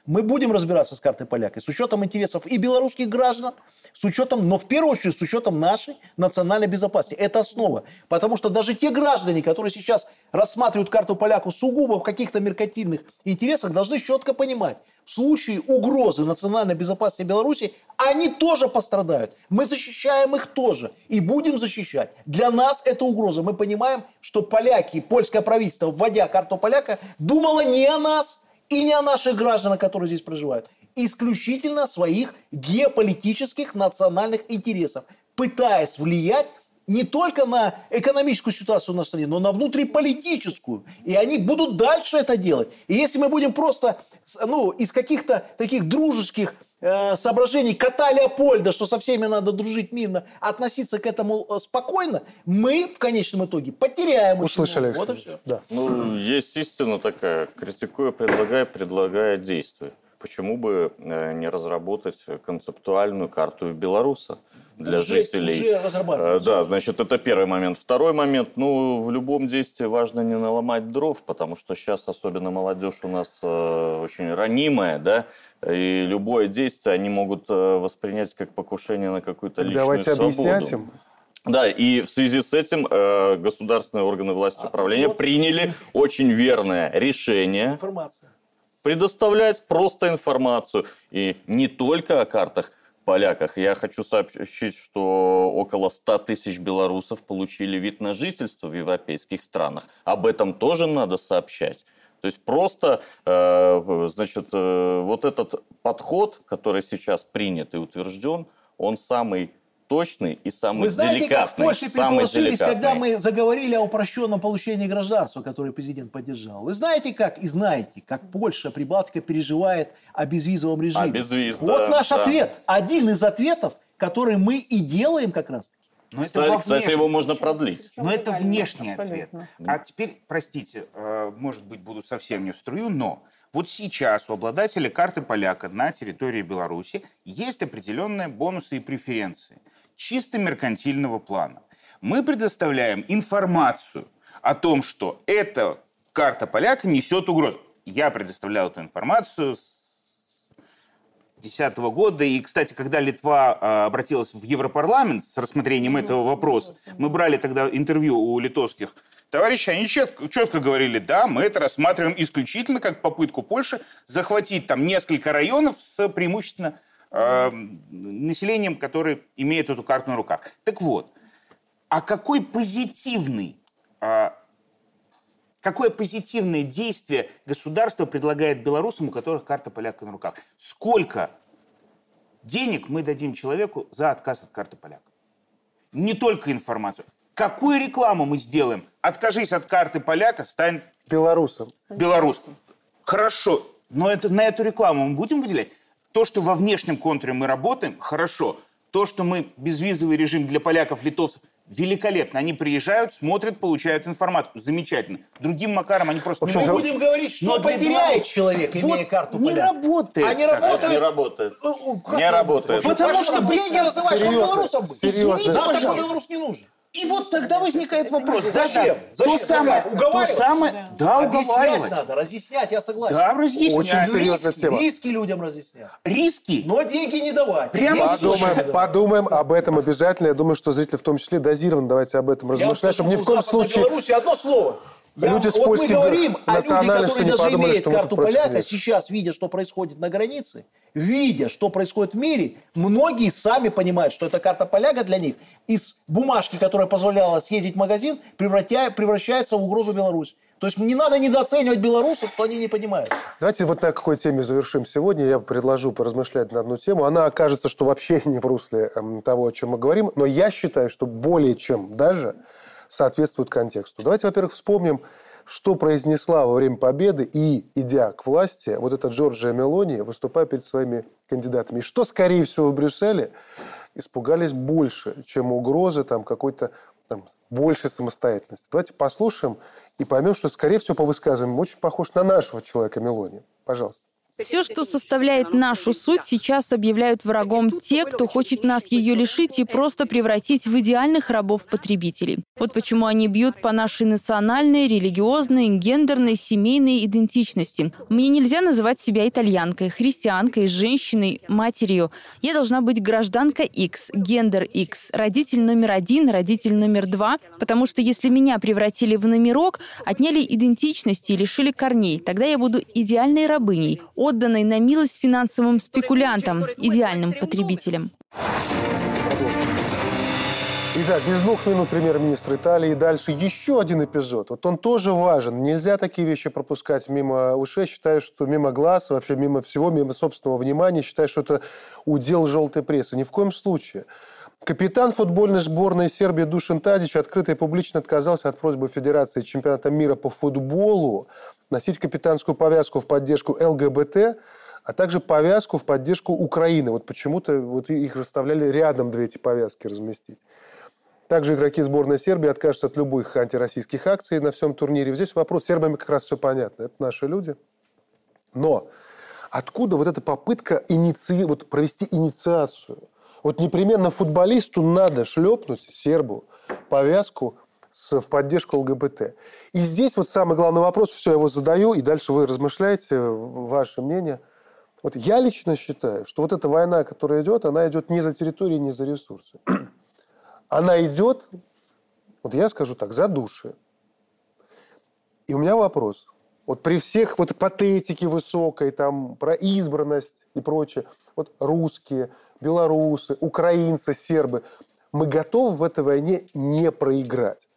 [SPEAKER 5] Мы будем разбираться с картой поляка с учетом интересов и белорусских граждан, с учетом, но в первую очередь с учетом нашей национальной безопасности. Это основа. Потому что даже те граждане, которые сейчас рассматривают карту поляку сугубо в каких-то меркантильных интересах, должны четко понимать, в случае угрозы национальной безопасности Беларуси, они тоже пострадают. Мы защищаем их тоже и будем защищать. Для нас это угроза. Мы понимаем, что поляки, польское правительство, вводя карту поляка, думало не о нас и не о наших гражданах, которые здесь проживают. Исключительно о своих геополитических национальных интересов, пытаясь влиять не только на экономическую ситуацию в нашей стране, но на внутриполитическую. И они будут дальше это делать. И если мы будем просто ну, из каких-то таких дружеских э, соображений кота Леопольда, что со всеми надо дружить мирно, относиться к этому спокойно, мы в конечном итоге потеряем.
[SPEAKER 1] Услышали.
[SPEAKER 5] Вот и все.
[SPEAKER 1] Да.
[SPEAKER 7] Ну, есть истина такая. Критикуя, предлагая, предлагая действия. Почему бы э, не разработать концептуальную карту белоруса для
[SPEAKER 5] уже,
[SPEAKER 7] жителей?
[SPEAKER 5] Уже разрабатывается.
[SPEAKER 7] Э, да, значит, это первый момент. Второй момент, ну, в любом действии важно не наломать дров, потому что сейчас особенно молодежь у нас э, очень ранимая, да, и любое действие они могут э, воспринять как покушение на какую-то личную
[SPEAKER 1] Давайте
[SPEAKER 7] свободу.
[SPEAKER 1] объяснять им.
[SPEAKER 7] Да, и в связи с этим э, государственные органы власти управления
[SPEAKER 5] вот.
[SPEAKER 7] приняли очень верное решение.
[SPEAKER 5] Информация.
[SPEAKER 7] Предоставлять просто информацию. И не только о картах поляках. Я хочу сообщить, что около ста тысяч белорусов получили вид на жительство в европейских странах. Об этом тоже надо сообщать. То есть просто, э, значит, э, вот этот подход, который сейчас принят и утвержден, он самый точный и самый
[SPEAKER 5] Вы знаете,
[SPEAKER 7] деликатный.
[SPEAKER 5] как в Польше
[SPEAKER 7] самый
[SPEAKER 5] переполошились,
[SPEAKER 7] деликатный.
[SPEAKER 5] когда мы заговорили о упрощенном получении гражданства, которое президент поддержал? Вы знаете как, и знаете, как Польша, Прибалтика переживает о безвизовом режиме?
[SPEAKER 7] А безвиз,
[SPEAKER 5] Вот
[SPEAKER 7] да,
[SPEAKER 5] наш
[SPEAKER 7] да.
[SPEAKER 5] ответ. Один из ответов, который мы и делаем как раз-таки.
[SPEAKER 6] Но это
[SPEAKER 7] Кстати,
[SPEAKER 6] во
[SPEAKER 7] кстати,
[SPEAKER 6] внешнем.
[SPEAKER 7] его можно продлить.
[SPEAKER 6] Но это
[SPEAKER 4] Легально,
[SPEAKER 6] внешний
[SPEAKER 4] абсолютно.
[SPEAKER 6] ответ. А теперь, простите, э, может быть, буду совсем не в струю, но вот сейчас у обладателя карты поляка на территории Беларуси есть определенные бонусы и преференции чисто меркантильного плана. Мы предоставляем информацию о том, что эта карта поляка несет угрозу. Я предоставлял эту информацию с две тысячи десятого года. И, кстати, когда Литва а, обратилась в Европарламент с рассмотрением этого вопроса, мы брали тогда интервью у литовских товарищей, они четко, четко говорили, да, мы это рассматриваем исключительно как попытку Польши захватить там несколько районов с преимущественно э, населением, которое имеет эту карту на руках. Так вот, а какой позитивный, э, какое позитивное действие государство предлагает белорусам, у которых карта поляка на руках? Сколько денег мы дадим человеку за отказ от карты поляка? Не только информацию. Какую рекламу мы сделаем? Откажись от карты поляка, стань
[SPEAKER 1] Белорусом.
[SPEAKER 6] белорусом. Хорошо, но это, на эту рекламу мы будем выделять? То, что во внешнем контуре мы работаем, хорошо. То, что мы безвизовый режим для поляков, литовцев, великолепно. Они приезжают, смотрят, получают информацию. Замечательно. Другим макаром они просто...
[SPEAKER 1] В общем,
[SPEAKER 6] не
[SPEAKER 5] Мы
[SPEAKER 6] могут.
[SPEAKER 5] будем говорить, что
[SPEAKER 6] Но для
[SPEAKER 5] потеряет
[SPEAKER 6] Беларуси-
[SPEAKER 5] человек, имея
[SPEAKER 6] Вот
[SPEAKER 5] карту
[SPEAKER 6] не
[SPEAKER 5] поляка.
[SPEAKER 6] работает.
[SPEAKER 5] А не
[SPEAKER 6] так.
[SPEAKER 5] работает?
[SPEAKER 7] Не работает.
[SPEAKER 5] Э, э, как
[SPEAKER 7] Не работает.
[SPEAKER 5] Потому что деньги раздавать, чтобы
[SPEAKER 1] Серьезно,
[SPEAKER 5] белорусам быть.
[SPEAKER 1] серьезно.
[SPEAKER 5] Нам такой
[SPEAKER 6] Пожалуйста.
[SPEAKER 5] белорус не нужен.
[SPEAKER 6] И вот тогда возникает вопрос.
[SPEAKER 5] Зачем?
[SPEAKER 6] Да,
[SPEAKER 5] Зачем?
[SPEAKER 6] То самое,
[SPEAKER 5] Зачем? Уговаривать?
[SPEAKER 6] то самое, да,
[SPEAKER 5] Объяснять
[SPEAKER 6] уговаривать.
[SPEAKER 5] надо, разъяснять, я согласен.
[SPEAKER 6] Да, разъяснять.
[SPEAKER 1] Очень серьезная
[SPEAKER 5] Риски,
[SPEAKER 1] тема.
[SPEAKER 5] риски людям разъяснять.
[SPEAKER 6] Риски.
[SPEAKER 5] Но деньги не давать.
[SPEAKER 6] Прямо
[SPEAKER 5] Деньги
[SPEAKER 6] сейчас.
[SPEAKER 5] не
[SPEAKER 1] Подумаем,
[SPEAKER 5] давать.
[SPEAKER 1] подумаем об этом обязательно. Я думаю, что зрители в том числе дозированно давайте об этом
[SPEAKER 5] Я
[SPEAKER 1] размышлять, чтобы ни в коем
[SPEAKER 5] Западной
[SPEAKER 1] случае...
[SPEAKER 5] Беларуси одно слово. Я-
[SPEAKER 1] Люди с
[SPEAKER 5] вот мы
[SPEAKER 1] польским
[SPEAKER 5] говорим о людях,
[SPEAKER 1] национальностью
[SPEAKER 5] которые
[SPEAKER 1] не
[SPEAKER 5] даже
[SPEAKER 1] подумали,
[SPEAKER 5] имеют
[SPEAKER 1] что мы тут
[SPEAKER 5] карту
[SPEAKER 1] против
[SPEAKER 5] поляка,
[SPEAKER 1] них.
[SPEAKER 5] сейчас, видя, что происходит на границе, видя, что происходит в мире, многие сами понимают, что эта карта поляка для них из бумажки, которая позволяла съездить в магазин, превратя- превращается в угрозу Беларуси. То есть не надо недооценивать белорусов, что они не понимают.
[SPEAKER 1] Давайте вот на какой теме завершим сегодня. Я предложу поразмышлять на одну тему. Она окажется, что вообще не в русле эм, того, о чем мы говорим, но я считаю, что более чем даже соответствует контексту. Давайте, во-первых, вспомним, что произнесла во время победы и, идя к власти, вот эта Джорджия Мелони, выступая перед своими кандидатами. И что, скорее всего, в Брюсселе испугались больше, чем угрозы там, какой-то там, большей самостоятельности. Давайте послушаем и поймем, что, скорее всего, по высказываниям очень похож на нашего человека Мелони. Пожалуйста.
[SPEAKER 8] Все, что составляет нашу суть, сейчас объявляют врагом те, кто хочет нас ее лишить и просто превратить в идеальных рабов-потребителей. Вот почему они бьют по нашей национальной, религиозной, гендерной, семейной идентичности. Мне нельзя называть себя итальянкой, христианкой, женщиной, матерью. Я должна быть гражданка X, гендер X, родитель номер один, родитель номер два, потому что если меня превратили в номерок, отняли идентичности и лишили корней, тогда я буду идеальной рабыней, отданной на милость финансовым спекулянтам, идеальным потребителям.
[SPEAKER 1] Итак, без двух минут премьер-министр Италии. И дальше еще один эпизод. Вот он тоже важен. Нельзя такие вещи пропускать мимо ушей. Считаю, что мимо глаз, вообще мимо всего, мимо собственного внимания. Считаю, что это удел желтой прессы. Ни в коем случае. Капитан футбольной сборной Сербии Душан Тадич открыто и публично отказался от просьбы Федерации чемпионата мира по футболу носить капитанскую повязку в поддержку ЛГБТ, а также повязку в поддержку Украины. Вот почему-то вот их заставляли рядом две эти повязки разместить. Также игроки сборной Сербии откажутся от любых антироссийских акций на всем турнире. Здесь вопрос, с сербами как раз все понятно. Это наши люди. Но откуда вот эта попытка иници... вот провести инициацию? Вот непременно футболисту надо шлепнуть, сербу, повязку с... в поддержку ЛГБТ. И здесь вот самый главный вопрос, все, я его задаю, и дальше вы размышляете, ваше мнение. Вот я лично считаю, что вот эта война, которая идет, она идет не за территорию, не за ресурсы. Она идет, вот я скажу так, за души. И у меня вопрос. Вот при всех вот патетике высокой, там, про избранность и прочее, вот русские, белорусы, украинцы, сербы, мы готовы в этой войне не проиграть?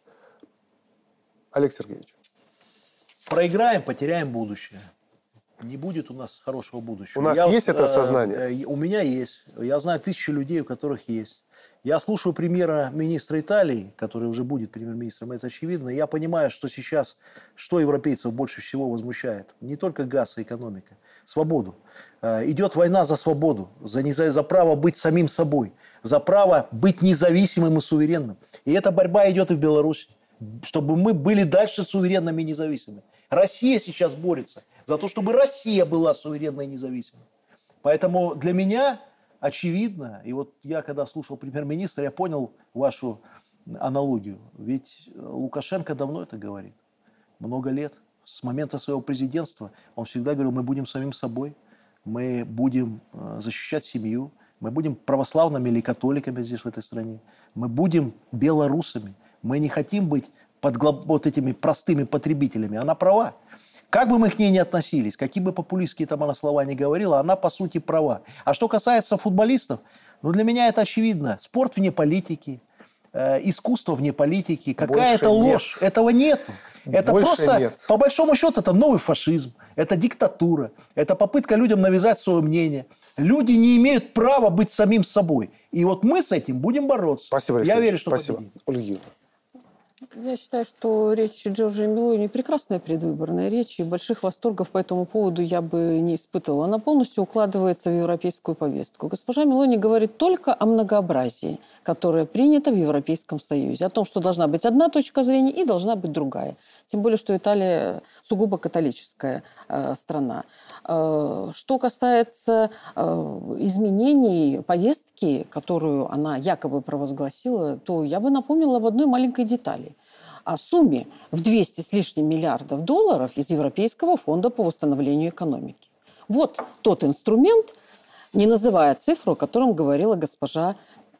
[SPEAKER 1] Олег Сергеевич.
[SPEAKER 5] Проиграем, потеряем будущее. Не будет у нас хорошего будущего.
[SPEAKER 1] У нас
[SPEAKER 5] я,
[SPEAKER 1] есть
[SPEAKER 5] э,
[SPEAKER 1] это осознание?
[SPEAKER 5] Э, у меня есть. Я знаю тысячи людей, у которых есть. Я слушаю премьера-министра Италии, который уже будет премьер-министром, это очевидно. Я понимаю, что сейчас, что европейцев больше всего возмущает. Не только газ и экономика. Свободу. Э, идет война за свободу, за, не за, за право быть самим собой, за право быть независимым и суверенным. И эта борьба идет и в Беларуси, чтобы мы были дальше суверенными и независимыми. Россия сейчас борется за то, чтобы Россия была суверенной и независимой. Поэтому для меня очевидно, и вот я, когда слушал премьер-министра, я понял вашу аналогию. Ведь Лукашенко давно это говорит. Много лет. С момента своего президентства он всегда говорил, мы будем самим собой, мы будем защищать семью, мы будем православными или католиками здесь, в этой стране, мы будем белорусами, мы не хотим быть под вот этими простыми потребителями. Она права. Как бы мы к ней ни относились, какие бы популистские там она слова ни говорила, она по сути права. А что касается футболистов, ну для меня это очевидно. Спорт вне политики, э, искусство вне политики, какая-то ложь. Этого нету. Это
[SPEAKER 1] Больше
[SPEAKER 5] просто,
[SPEAKER 1] нет.
[SPEAKER 5] по большому счету, это новый фашизм, это диктатура, это попытка людям навязать свое мнение. Люди не имеют права быть самим собой. И вот мы с этим будем бороться.
[SPEAKER 1] Спасибо,
[SPEAKER 5] Я
[SPEAKER 1] Алексей.
[SPEAKER 5] верю, что
[SPEAKER 1] Спасибо.
[SPEAKER 5] победим.
[SPEAKER 1] Ольга Юрьевна.
[SPEAKER 4] Я считаю, что речь Джорджа Мелони прекрасная предвыборная речь, и больших восторгов по этому поводу я бы не испытывала. Она полностью укладывается в европейскую повестку. Госпожа Мелони говорит только о многообразии, которое принято в Европейском Союзе, о том, что должна быть одна точка зрения и должна быть другая. Тем более, что Италия сугубо католическая э, страна. Э, что касается э, изменений повестки, которую она якобы провозгласила, то я бы напомнила об одной маленькой детали. О сумме в двести с лишним миллиардов долларов из Европейского фонда по восстановлению экономики. Вот тот инструмент, не называя цифру, о котором говорила госпожа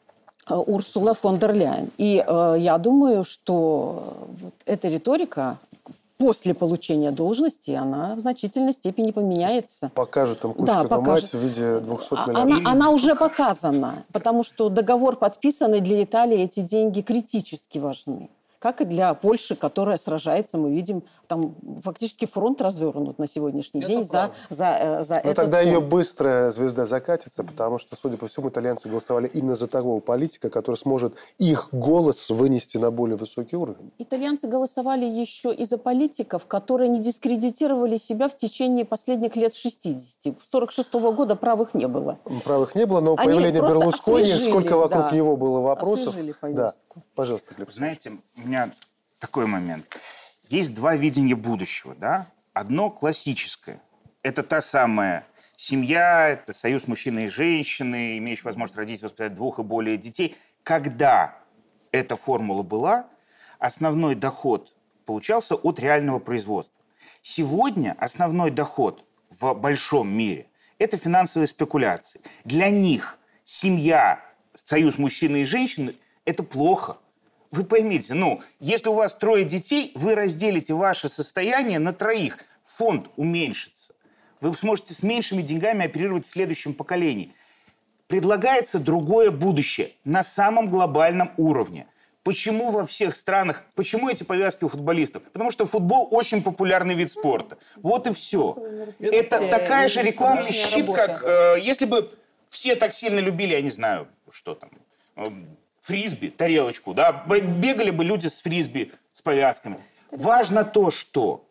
[SPEAKER 4] Урсула фон дер Ляйен. И э, я думаю, что вот эта риторика после получения должности, она в значительной степени поменяется.
[SPEAKER 1] Покажет им
[SPEAKER 4] Да,
[SPEAKER 1] Кучкину
[SPEAKER 4] покажет.
[SPEAKER 1] мать в виде двухсот
[SPEAKER 4] А-
[SPEAKER 1] миллиардов.
[SPEAKER 4] Она, она уже показана, потому что договор подписанный для Италии, эти деньги критически важны. Как и для Польши, которая сражается, мы видим, там фактически фронт развернут на сегодняшний
[SPEAKER 5] Это
[SPEAKER 4] день за, за, э, за
[SPEAKER 1] Но
[SPEAKER 4] этот
[SPEAKER 1] тогда ее
[SPEAKER 4] фонд.
[SPEAKER 1] быстрая звезда закатится, потому что, судя по всему, итальянцы голосовали именно за такого политика, который сможет их голос вынести на более высокий уровень.
[SPEAKER 4] Итальянцы голосовали еще и за политиков, которые не дискредитировали себя в течение последних лет шестидесяти. сорок шестого года правых не было.
[SPEAKER 1] Правых не было, но
[SPEAKER 4] Они
[SPEAKER 1] появление
[SPEAKER 4] просто
[SPEAKER 1] Берлускони,
[SPEAKER 4] освежили,
[SPEAKER 1] сколько вокруг
[SPEAKER 4] да.
[SPEAKER 1] него было вопросов.
[SPEAKER 4] Освежили
[SPEAKER 1] Да,
[SPEAKER 4] повестку.
[SPEAKER 1] пожалуйста, Глеб Алексеевич.
[SPEAKER 6] Знаете, у меня такой момент. Есть два видения будущего, да? Одно классическое. это та самая семья, это союз мужчины и женщины, имеющий возможность родить и воспитать двух и более детей. Когда эта формула была, основной доход получался от реального производства. Сегодня основной доход в большом мире – это финансовые спекуляции. Для них семья, союз мужчины и женщины – это плохо. Вы поймите, ну, если у вас трое детей, вы разделите ваше состояние на троих. Фонд уменьшится. Вы сможете с меньшими деньгами оперировать в следующем поколении. Предлагается другое будущее на самом глобальном уровне. Почему во всех странах, почему эти повязки у футболистов? Потому что футбол очень популярный вид спорта. Вот и все. Это такая же рекламный щит, как э, если бы все так сильно любили, я не знаю, что там, э, фрисби, тарелочку, да, бегали бы люди с фрисби, с повязками. Важно то, что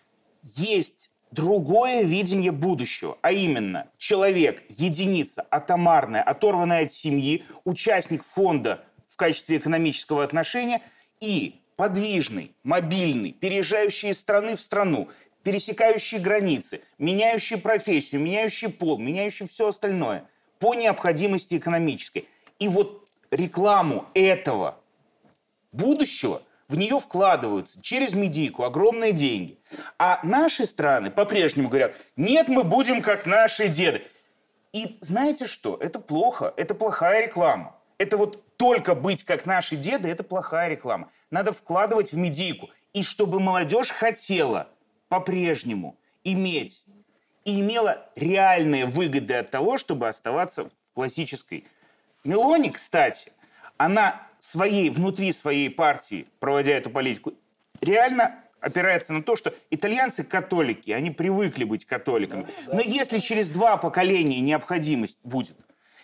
[SPEAKER 6] есть другое видение будущего, а именно человек, единица, атомарная, оторванная от семьи, участник фонда в качестве экономического отношения и подвижный, мобильный, переезжающий из страны в страну, пересекающий границы, меняющий профессию, меняющий пол, меняющий все остальное по необходимости экономической. И вот рекламу этого будущего в нее вкладываются через медийку огромные деньги. А наши страны по-прежнему говорят, нет, мы будем как наши деды. И знаете что? Это плохо, это плохая реклама. Это вот только быть как наши деды, это плохая реклама. Надо вкладывать в медийку. И чтобы молодежь хотела по-прежнему иметь и имела реальные выгоды от того, чтобы оставаться в классической. Мелони, кстати, она своей, внутри своей партии, проводя эту политику, реально опирается на то, что итальянцы католики, они привыкли быть католиками. Но если через два поколения необходимость будет,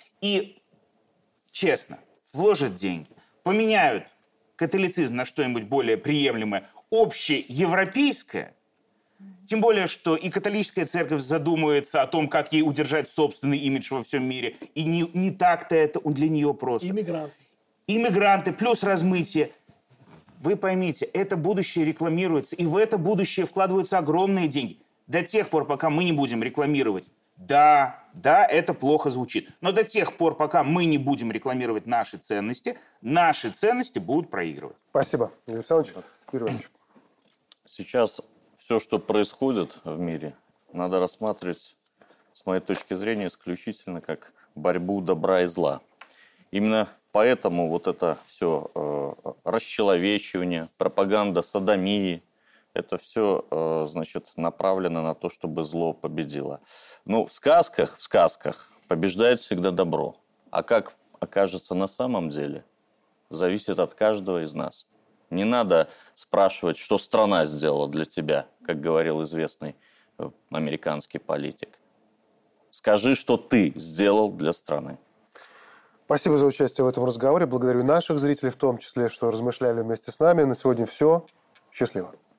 [SPEAKER 6] и честно, вложат деньги, поменяют католицизм на что-нибудь более приемлемое, общеевропейское, тем более, что и католическая церковь задумывается о том, как ей удержать собственный имидж во всем мире, и не, не так-то это для нее просто.
[SPEAKER 9] Иммигранты.
[SPEAKER 6] Иммигранты плюс размытие. Вы поймите, это будущее рекламируется, и в это будущее вкладываются огромные деньги. До тех пор, пока мы не будем рекламировать. Да, да, это плохо звучит. Но до тех пор, пока мы не будем рекламировать наши ценности, наши ценности будут проигрывать.
[SPEAKER 1] Спасибо, Игорь Александрович. Юрий Иванович.
[SPEAKER 7] Сейчас все, что происходит в мире, надо рассматривать, с моей точки зрения, исключительно как борьбу добра и зла. Именно поэтому вот это все э, расчеловечивание, пропаганда содомии, это все, э, значит, направлено на то, чтобы зло победило. Ну, в сказках, в сказках побеждает всегда добро. А как окажется на самом деле, зависит от каждого из нас. Не надо спрашивать, что страна сделала для тебя, как говорил известный э, американский политик. Скажи, что ты сделал для страны.
[SPEAKER 1] Спасибо за участие в этом разговоре. Благодарю наших зрителей, в том числе, что размышляли вместе с нами. На сегодня все. Счастливо.